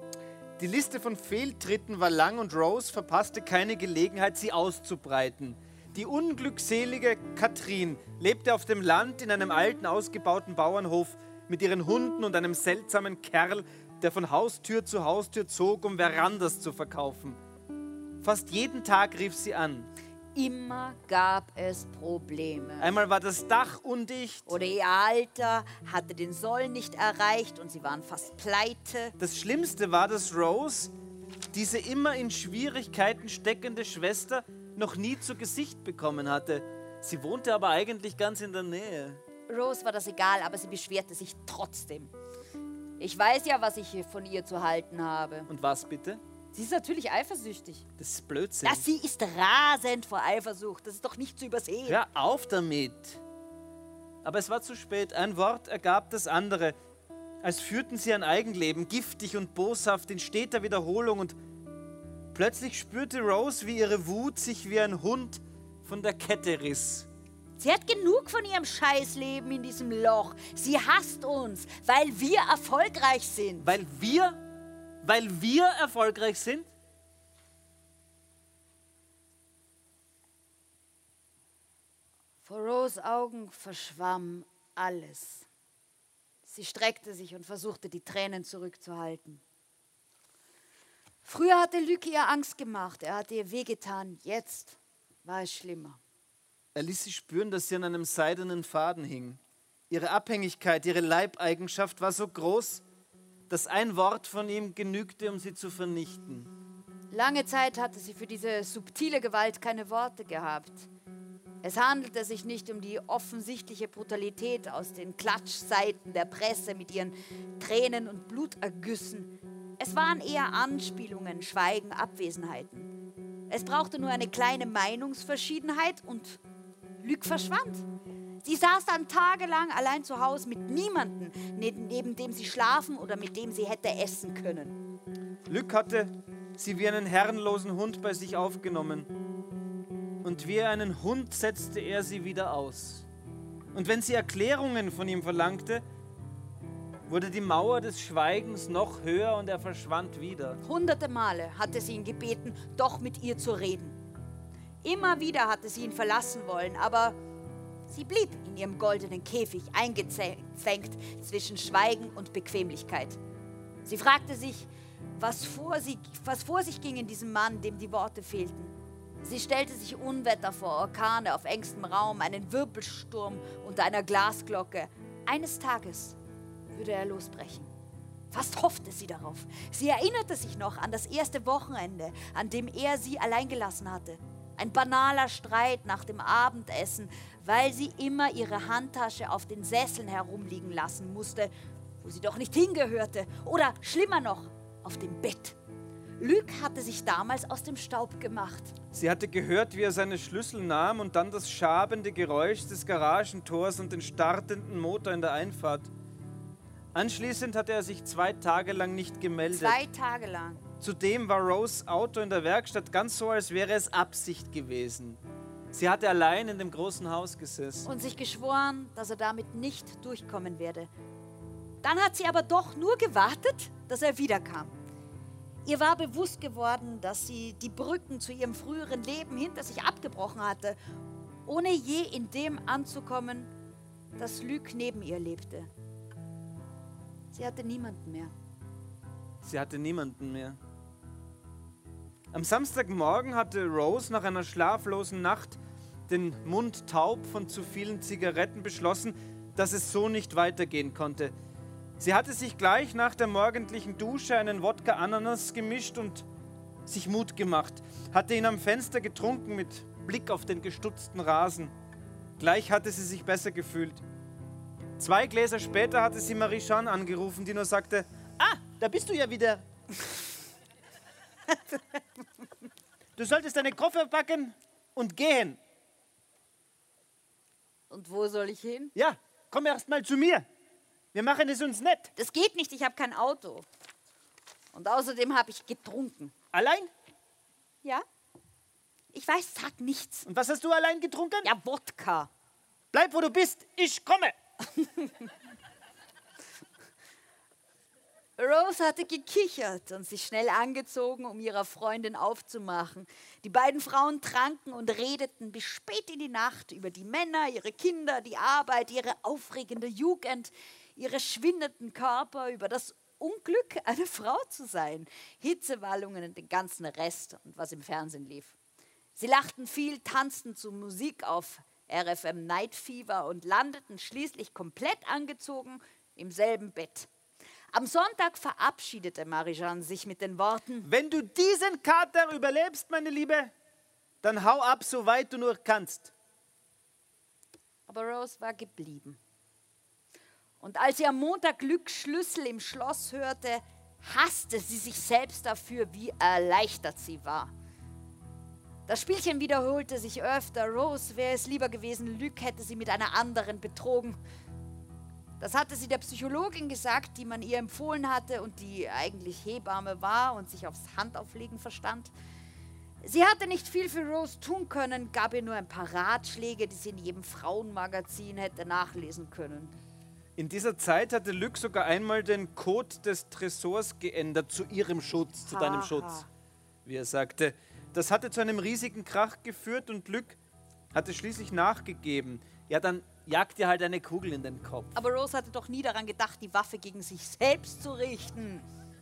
Die Liste von Fehltritten war lang und Rose verpasste keine Gelegenheit, sie auszubreiten. Die unglückselige Katrin lebte auf dem Land in einem alten, ausgebauten Bauernhof mit ihren Hunden und einem seltsamen Kerl, der von Haustür zu Haustür zog, um Verandas zu verkaufen. Fast jeden Tag rief sie an.
Immer gab es Probleme.
Einmal war das Dach undicht.
Oder ihr Alter hatte den Soll nicht erreicht und sie waren fast pleite.
Das Schlimmste war, dass Rose, diese immer in Schwierigkeiten steckende Schwester, noch nie zu Gesicht bekommen hatte. Sie wohnte aber eigentlich ganz in der Nähe.
Rose war das egal, aber sie beschwerte sich trotzdem. Ich weiß ja, was ich hier von ihr zu halten habe.
Und was bitte?
Sie ist natürlich eifersüchtig.
Das ist Blödsinn.
Ja, sie ist rasend vor Eifersucht. Das ist doch nicht zu übersehen.
Hör auf damit. Aber es war zu spät. Ein Wort ergab das andere. Als führten sie ein Eigenleben, giftig und boshaft, in steter Wiederholung. Und plötzlich spürte Rose, wie ihre Wut sich wie ein Hund von der Kette riss.
Sie hat genug von ihrem Scheißleben in diesem Loch. Sie hasst uns, weil wir erfolgreich sind.
Weil wir, weil wir erfolgreich sind?
Vor Rose' Augen verschwamm alles. Sie streckte sich und versuchte, die Tränen zurückzuhalten. Früher hatte Luc ihr Angst gemacht, er hatte ihr wehgetan, jetzt war es schlimmer.
Er ließ sie spüren, dass sie an einem seidenen Faden hing. Ihre Abhängigkeit, ihre Leibeigenschaft war so groß, dass ein Wort von ihm genügte, um sie zu vernichten.
Lange Zeit hatte sie für diese subtile Gewalt keine Worte gehabt. Es handelte sich nicht um die offensichtliche Brutalität aus den Klatschseiten der Presse mit ihren Tränen und Blutergüssen. Es waren eher Anspielungen, Schweigen, Abwesenheiten. Es brauchte nur eine kleine Meinungsverschiedenheit und Luc verschwand. Sie saß dann tagelang allein zu Hause mit niemandem, neben, neben dem sie schlafen oder mit dem sie hätte essen können.
Luc hatte sie wie einen herrenlosen Hund bei sich aufgenommen. Und wie einen Hund setzte er sie wieder aus. Und wenn sie Erklärungen von ihm verlangte, wurde die Mauer des Schweigens noch höher und er verschwand wieder.
Hunderte Male hatte sie ihn gebeten, doch mit ihr zu reden. Immer wieder hatte sie ihn verlassen wollen, aber sie blieb in ihrem goldenen Käfig eingezwängt zwischen Schweigen und Bequemlichkeit. Sie fragte sich, was vor, sie, was vor sich ging in diesem Mann, dem die Worte fehlten. Sie stellte sich Unwetter vor, Orkane auf engstem Raum, einen Wirbelsturm unter einer Glasglocke. Eines Tages würde er losbrechen. Fast hoffte sie darauf. Sie erinnerte sich noch an das erste Wochenende, an dem er sie allein gelassen hatte. Ein banaler Streit nach dem Abendessen, weil sie immer ihre Handtasche auf den Sesseln herumliegen lassen musste, wo sie doch nicht hingehörte. Oder schlimmer noch, auf dem Bett. Luc hatte sich damals aus dem Staub gemacht.
Sie hatte gehört, wie er seine Schlüssel nahm und dann das schabende Geräusch des Garagentors und den startenden Motor in der Einfahrt. Anschließend hatte er sich zwei Tage lang nicht gemeldet.
Zwei Tage lang.
Zudem war Rose Auto in der Werkstatt ganz so, als wäre es Absicht gewesen. Sie hatte allein in dem großen Haus gesessen.
Und sich geschworen, dass er damit nicht durchkommen werde. Dann hat sie aber doch nur gewartet, dass er wiederkam. Ihr war bewusst geworden, dass sie die Brücken zu ihrem früheren Leben hinter sich abgebrochen hatte, ohne je in dem anzukommen, dass Luc neben ihr lebte. Sie hatte niemanden mehr.
Sie hatte niemanden mehr. Am Samstagmorgen hatte Rose nach einer schlaflosen Nacht, den Mund taub von zu vielen Zigaretten, beschlossen, dass es so nicht weitergehen konnte. Sie hatte sich gleich nach der morgendlichen Dusche einen Wodka Ananas gemischt und sich Mut gemacht, hatte ihn am Fenster getrunken mit Blick auf den gestutzten Rasen. Gleich hatte sie sich besser gefühlt. Zwei Gläser später hatte sie Marie-Jeanne angerufen, die nur sagte, ah, da bist du ja wieder. Du solltest deine Koffer packen und gehen.
Und wo soll ich hin?
Ja, komm erst mal zu mir. Wir machen es uns nett.
Das geht nicht, ich habe kein Auto. Und außerdem habe ich getrunken.
Allein?
Ja? Ich weiß, sag nichts.
Und was hast du allein getrunken?
Ja, Wodka.
Bleib, wo du bist, ich komme.
Rose hatte gekichert und sich schnell angezogen, um ihrer Freundin aufzumachen. Die beiden Frauen tranken und redeten bis spät in die Nacht über die Männer, ihre Kinder, die Arbeit, ihre aufregende Jugend, ihre schwindenden Körper, über das Unglück, eine Frau zu sein, Hitzewallungen und den ganzen Rest und was im Fernsehen lief. Sie lachten viel, tanzten zu Musik auf R F M Night Fever und landeten schließlich komplett angezogen im selben Bett. Am Sonntag verabschiedete Marie-Jeanne sich mit den Worten:
Wenn du diesen Kater überlebst, meine Liebe, dann hau ab, so weit du nur kannst.
Aber Rose war geblieben. Und als sie am Montag Lucs Schlüssel im Schloss hörte, hasste sie sich selbst dafür, wie erleichtert sie war. Das Spielchen wiederholte sich öfter. Rose wäre es lieber gewesen, Luc hätte sie mit einer anderen betrogen. Das hatte sie der Psychologin gesagt, die man ihr empfohlen hatte und die eigentlich Hebamme war und sich aufs Handauflegen verstand. Sie hatte nicht viel für Rose tun können, gab ihr nur ein paar Ratschläge, die sie in jedem Frauenmagazin hätte nachlesen können.
In dieser Zeit hatte Luc sogar einmal den Code des Tresors geändert, zu ihrem Schutz, zu deinem
Haha.
Schutz, wie er sagte. Das hatte zu einem riesigen Krach geführt und Luc hatte schließlich nachgegeben. Ja, dann jagt ihr halt eine Kugel in den Kopf.
Aber Rose hatte doch nie daran gedacht, die Waffe gegen sich selbst zu richten.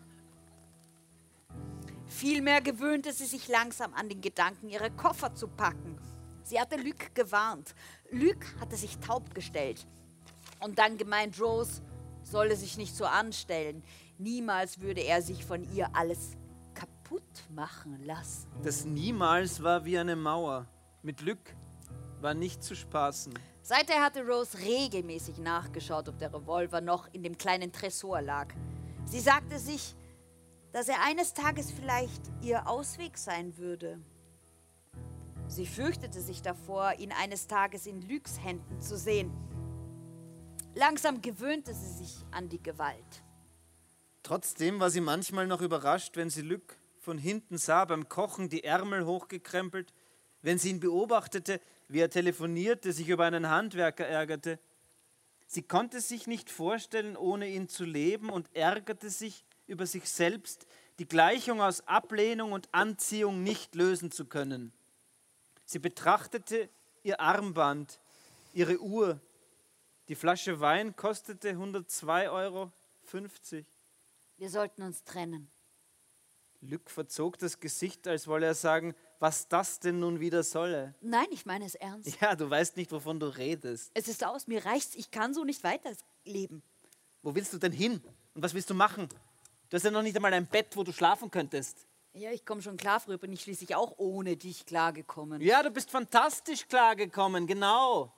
Vielmehr gewöhnte sie sich langsam an den Gedanken, ihre Koffer zu packen. Sie hatte Luc gewarnt. Luc hatte sich taub gestellt. Und dann gemeint, Rose solle sich nicht so anstellen. Niemals würde er sich von ihr alles kaputt machen lassen.
Das Niemals war wie eine Mauer. Mit Luc war nicht zu spaßen.
Seither hatte Rose regelmäßig nachgeschaut, ob der Revolver noch in dem kleinen Tresor lag. Sie sagte sich, dass er eines Tages vielleicht ihr Ausweg sein würde. Sie fürchtete sich davor, ihn eines Tages in Lucs Händen zu sehen. Langsam gewöhnte sie sich an die Gewalt.
Trotzdem war sie manchmal noch überrascht, wenn sie Luc von hinten sah, beim Kochen die Ärmel hochgekrempelt, wenn sie ihn beobachtete, wie er telefonierte, sich über einen Handwerker ärgerte. Sie konnte sich nicht vorstellen, ohne ihn zu leben und ärgerte sich über sich selbst, die Gleichung aus Ablehnung und Anziehung nicht lösen zu können. Sie betrachtete ihr Armband, ihre Uhr. Die Flasche Wein kostete hundertzwei Euro fünfzig.
Wir sollten uns trennen.
Luc verzog das Gesicht, als wolle er sagen, was das denn nun wieder solle.
Nein, ich meine es ernst.
Ja, du weißt nicht, wovon du redest.
Es ist aus, mir reicht's, ich kann so nicht weiterleben.
Wo willst du denn hin? Und was willst du machen? Du hast ja noch nicht einmal ein Bett, wo du schlafen könntest.
Ja, ich komme schon klar, früher bin ich schließlich auch ohne dich klargekommen.
Ja, du bist fantastisch klargekommen, genau.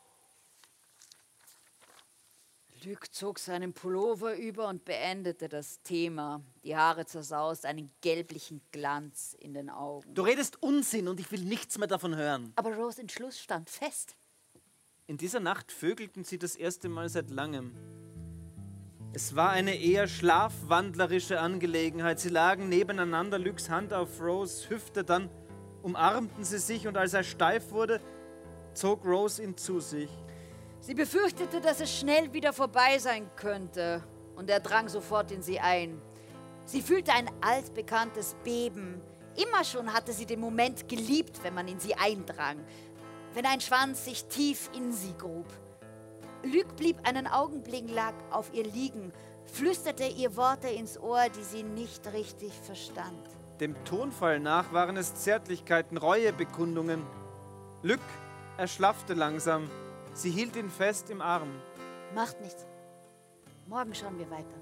Luc zog seinen Pullover über und beendete das Thema. Die Haare zersaust, einen gelblichen Glanz in den Augen.
Du redest Unsinn und ich will nichts mehr davon hören.
Aber Rose' Entschluss stand fest.
In dieser Nacht vögelten sie das erste Mal seit langem. Es war eine eher schlafwandlerische Angelegenheit. Sie lagen nebeneinander, Lucs Hand auf Rose' Hüfte, dann umarmten sie sich und als er steif wurde, zog Rose ihn zu sich.
Sie befürchtete, dass es schnell wieder vorbei sein könnte und er drang sofort in sie ein. Sie fühlte ein altbekanntes Beben. Immer schon hatte sie den Moment geliebt, wenn man in sie eindrang, wenn ein Schwanz sich tief in sie grub. Luc blieb einen Augenblick lang auf ihr liegen, flüsterte ihr Worte ins Ohr, die sie nicht richtig verstand.
Dem Tonfall nach waren es Zärtlichkeiten, Reuebekundungen. Luc erschlaffte langsam. Sie hielt ihn fest im Arm.
Macht nichts. Morgen schauen wir weiter.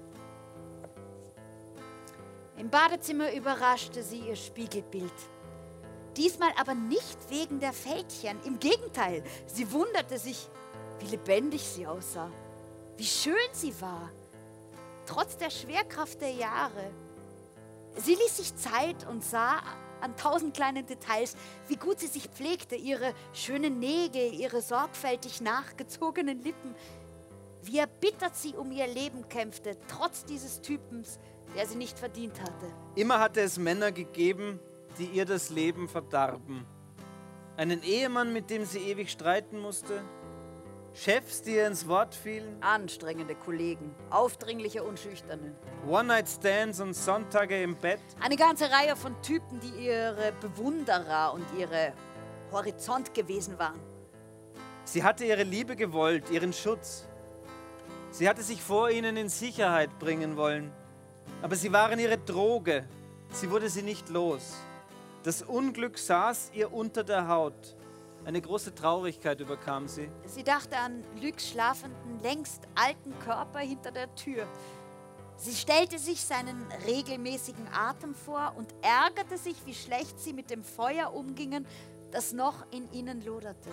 Im Badezimmer überraschte sie ihr Spiegelbild. Diesmal aber nicht wegen der Fältchen. Im Gegenteil, sie wunderte sich, wie lebendig sie aussah, wie schön sie war, trotz der Schwerkraft der Jahre. Sie ließ sich Zeit und sah an tausend kleinen Details, wie gut sie sich pflegte, ihre schönen Nägel, ihre sorgfältig nachgezogenen Lippen, wie erbittert sie um ihr Leben kämpfte, trotz dieses Typens, der sie nicht verdient hatte.
Immer hatte es Männer gegeben, die ihr das Leben verdarben. Einen Ehemann, mit dem sie ewig streiten musste, Chefs, die ihr ins Wort fielen,
Anstrengende Kollegen, aufdringliche und schüchterne.
One-Night-Stands und Sonntage im Bett.
Eine ganze Reihe von Typen, die ihre Bewunderer und ihre Horizont gewesen waren.
Sie hatte ihre Liebe gewollt, ihren Schutz. Sie hatte sich vor ihnen in Sicherheit bringen wollen. Aber sie waren ihre Droge. Sie wurde sie nicht los. Das Unglück saß ihr unter der Haut. Eine große Traurigkeit überkam sie.
Sie dachte an Lucs schlafenden, längst alten Körper hinter der Tür. Sie stellte sich seinen regelmäßigen Atem vor und ärgerte sich, wie schlecht sie mit dem Feuer umgingen, das noch in ihnen loderte.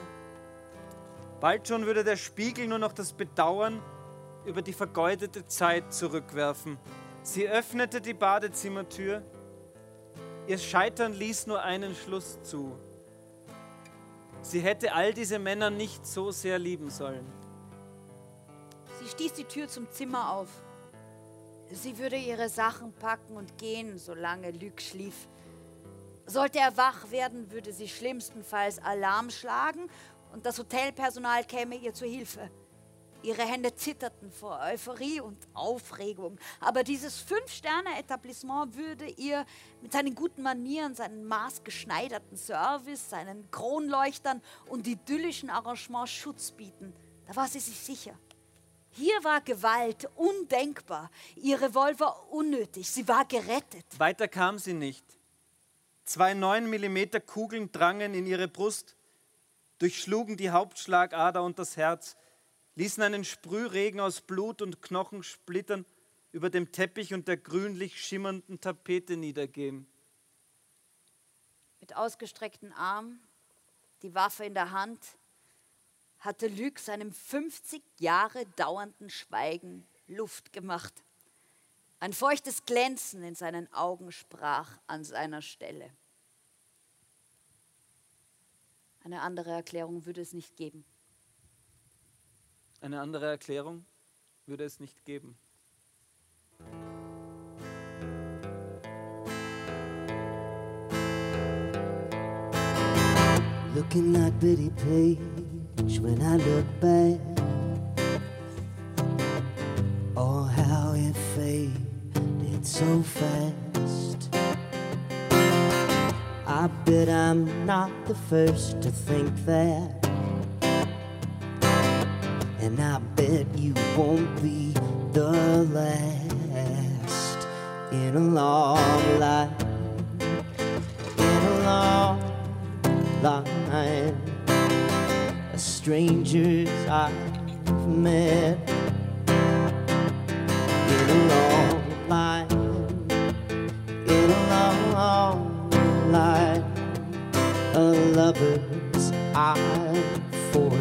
Bald schon würde der Spiegel nur noch das Bedauern über die vergeudete Zeit zurückwerfen. Sie öffnete die Badezimmertür. Ihr Scheitern ließ nur einen Schluss zu. Sie hätte all diese Männer nicht so sehr lieben sollen.
Sie stieß die Tür zum Zimmer auf. Sie würde ihre Sachen packen und gehen, solange Luc schlief. Sollte er wach werden, würde sie schlimmstenfalls Alarm schlagen und das Hotelpersonal käme ihr zu Hilfe. Ihre Hände zitterten vor Euphorie und Aufregung. Aber dieses Fünf-Sterne-Etablissement würde ihr mit seinen guten Manieren, seinen maßgeschneiderten Service, seinen Kronleuchtern und idyllischen Arrangements Schutz bieten. Da war sie sich sicher. Hier war Gewalt undenkbar, ihr Revolver unnötig, sie war gerettet.
Weiter kam sie nicht. Zwei neun Millimeter Kugeln drangen in ihre Brust, durchschlugen die Hauptschlagader und das Herz, ließen einen Sprühregen aus Blut und Knochensplittern über dem Teppich und der grünlich schimmernden Tapete niedergehen.
Mit ausgestreckten Armen, die Waffe in der Hand, hatte Luc seinem fünfzig Jahre dauernden Schweigen Luft gemacht. Ein feuchtes Glänzen in seinen Augen sprach an seiner Stelle. Eine andere Erklärung würde es nicht geben.
Eine andere Erklärung würde es nicht geben.
Looking like Betty Page when I look back. Oh, how it faded so fast. I bet I'm not the first to think that. And I bet you won't be the last in a long line, in a long line of strangers I've met, in a long line a lover's eye for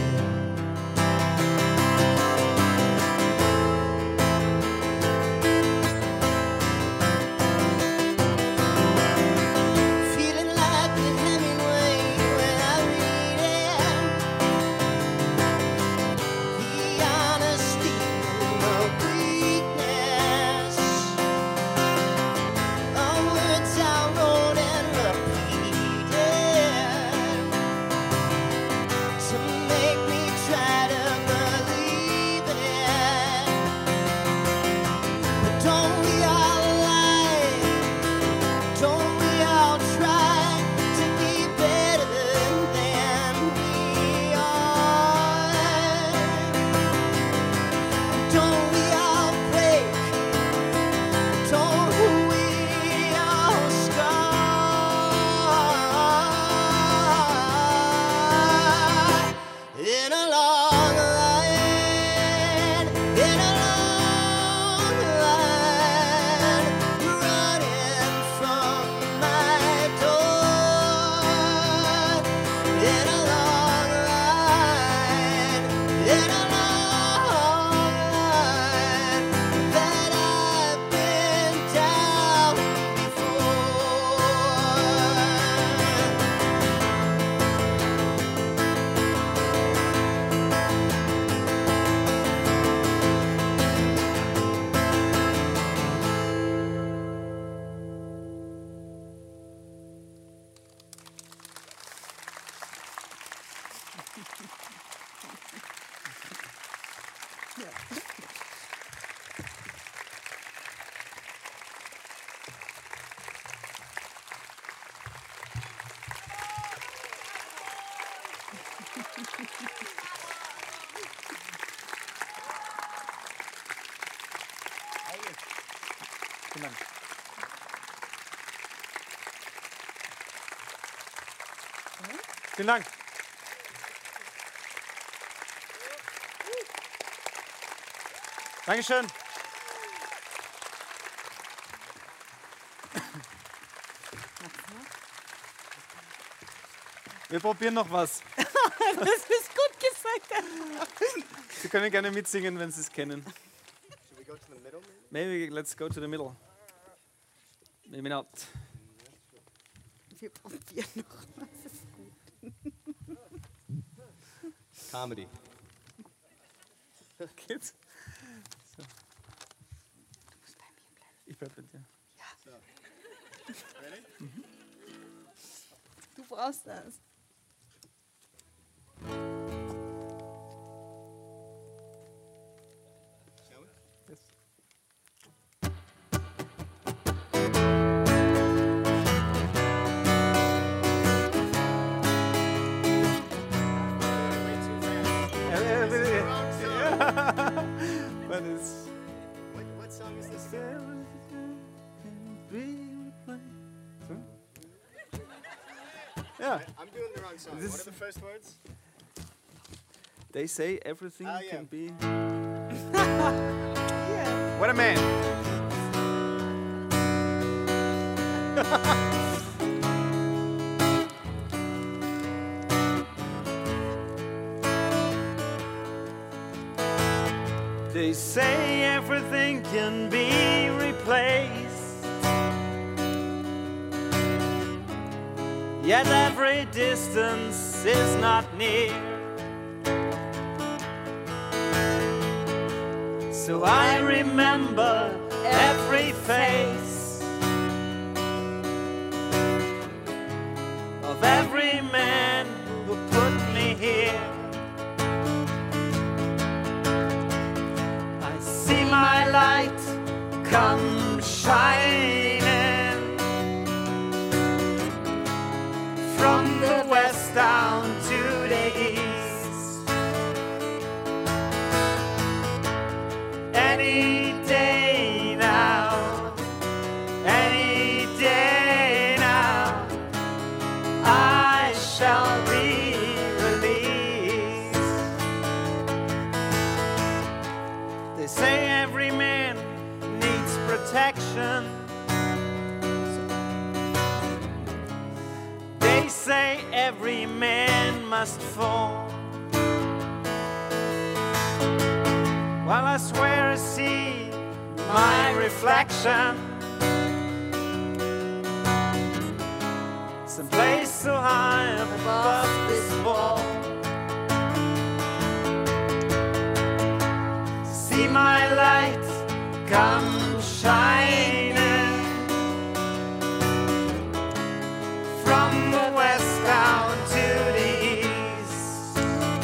Vielen Dank. Vielen Dank. Dankeschön. Wir probieren noch was.
Das ist gut gesagt.
Sie können gerne mitsingen, wenn Sie es kennen. Maybe let's go to the middle. Maybe not.
Wir probieren noch. Das ist gut.
Comedy.
Geht's? So.
Du musst bei mir bleiben.
Ich bleib bei dir.
Ja. Mhm. Du brauchst das.
But it's
What, what song is this?
Yeah.
I'm doing the wrong song.
This-
What are the first words?
They say everything
Ah, yeah.
can be.
Yeah.
What a man! They say everything can be replaced, yet every distance is not near. So I remember every face of every man who put me here. I see my light come shining from the west down to the east. Any day now every man must fall. While I swear I see my reflection someplace so high above this wall. See my light come shining from the west down to the east.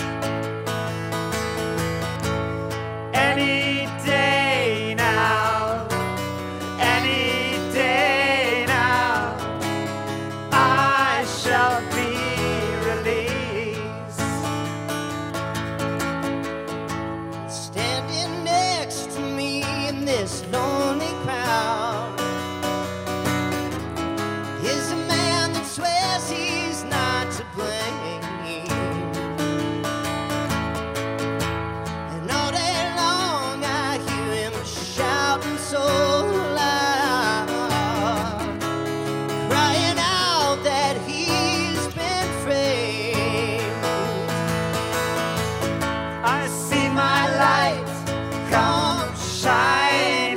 Any day now, any day now, I shall be released.
Standing next to me in this lonely crowd is a man that swears he's not to blame. And all day long I hear him shouting so loud, crying out that he's been framed.
I see my light come shining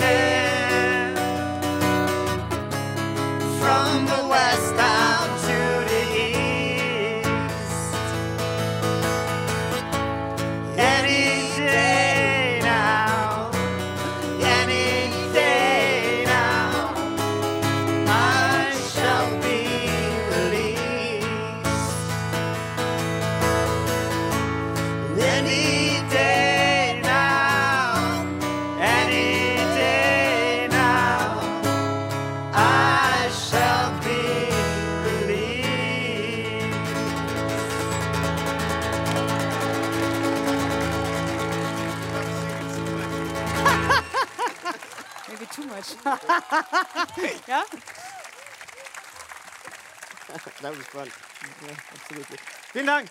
from the west down to the east. Any day now, any day now, I shall be released. Any day now, any day now, I shall be released.
Maybe too much.
That was fun. Yeah, absolutely. Vielen Dank.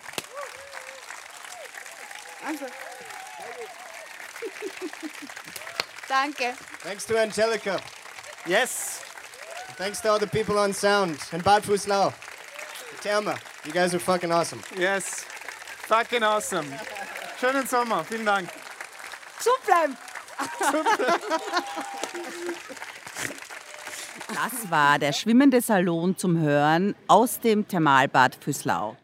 Danke.
Thanks to Angelica.
Yes.
Thanks to all the people on sound and Bad Fußlau. Thelma, you guys are fucking awesome.
Yes. Fucking awesome. Schönen Sommer. Vielen Dank.
Gesund bleiben.
Das war der schwimmende Salon zum Hören aus dem Thermalbad Füßlau.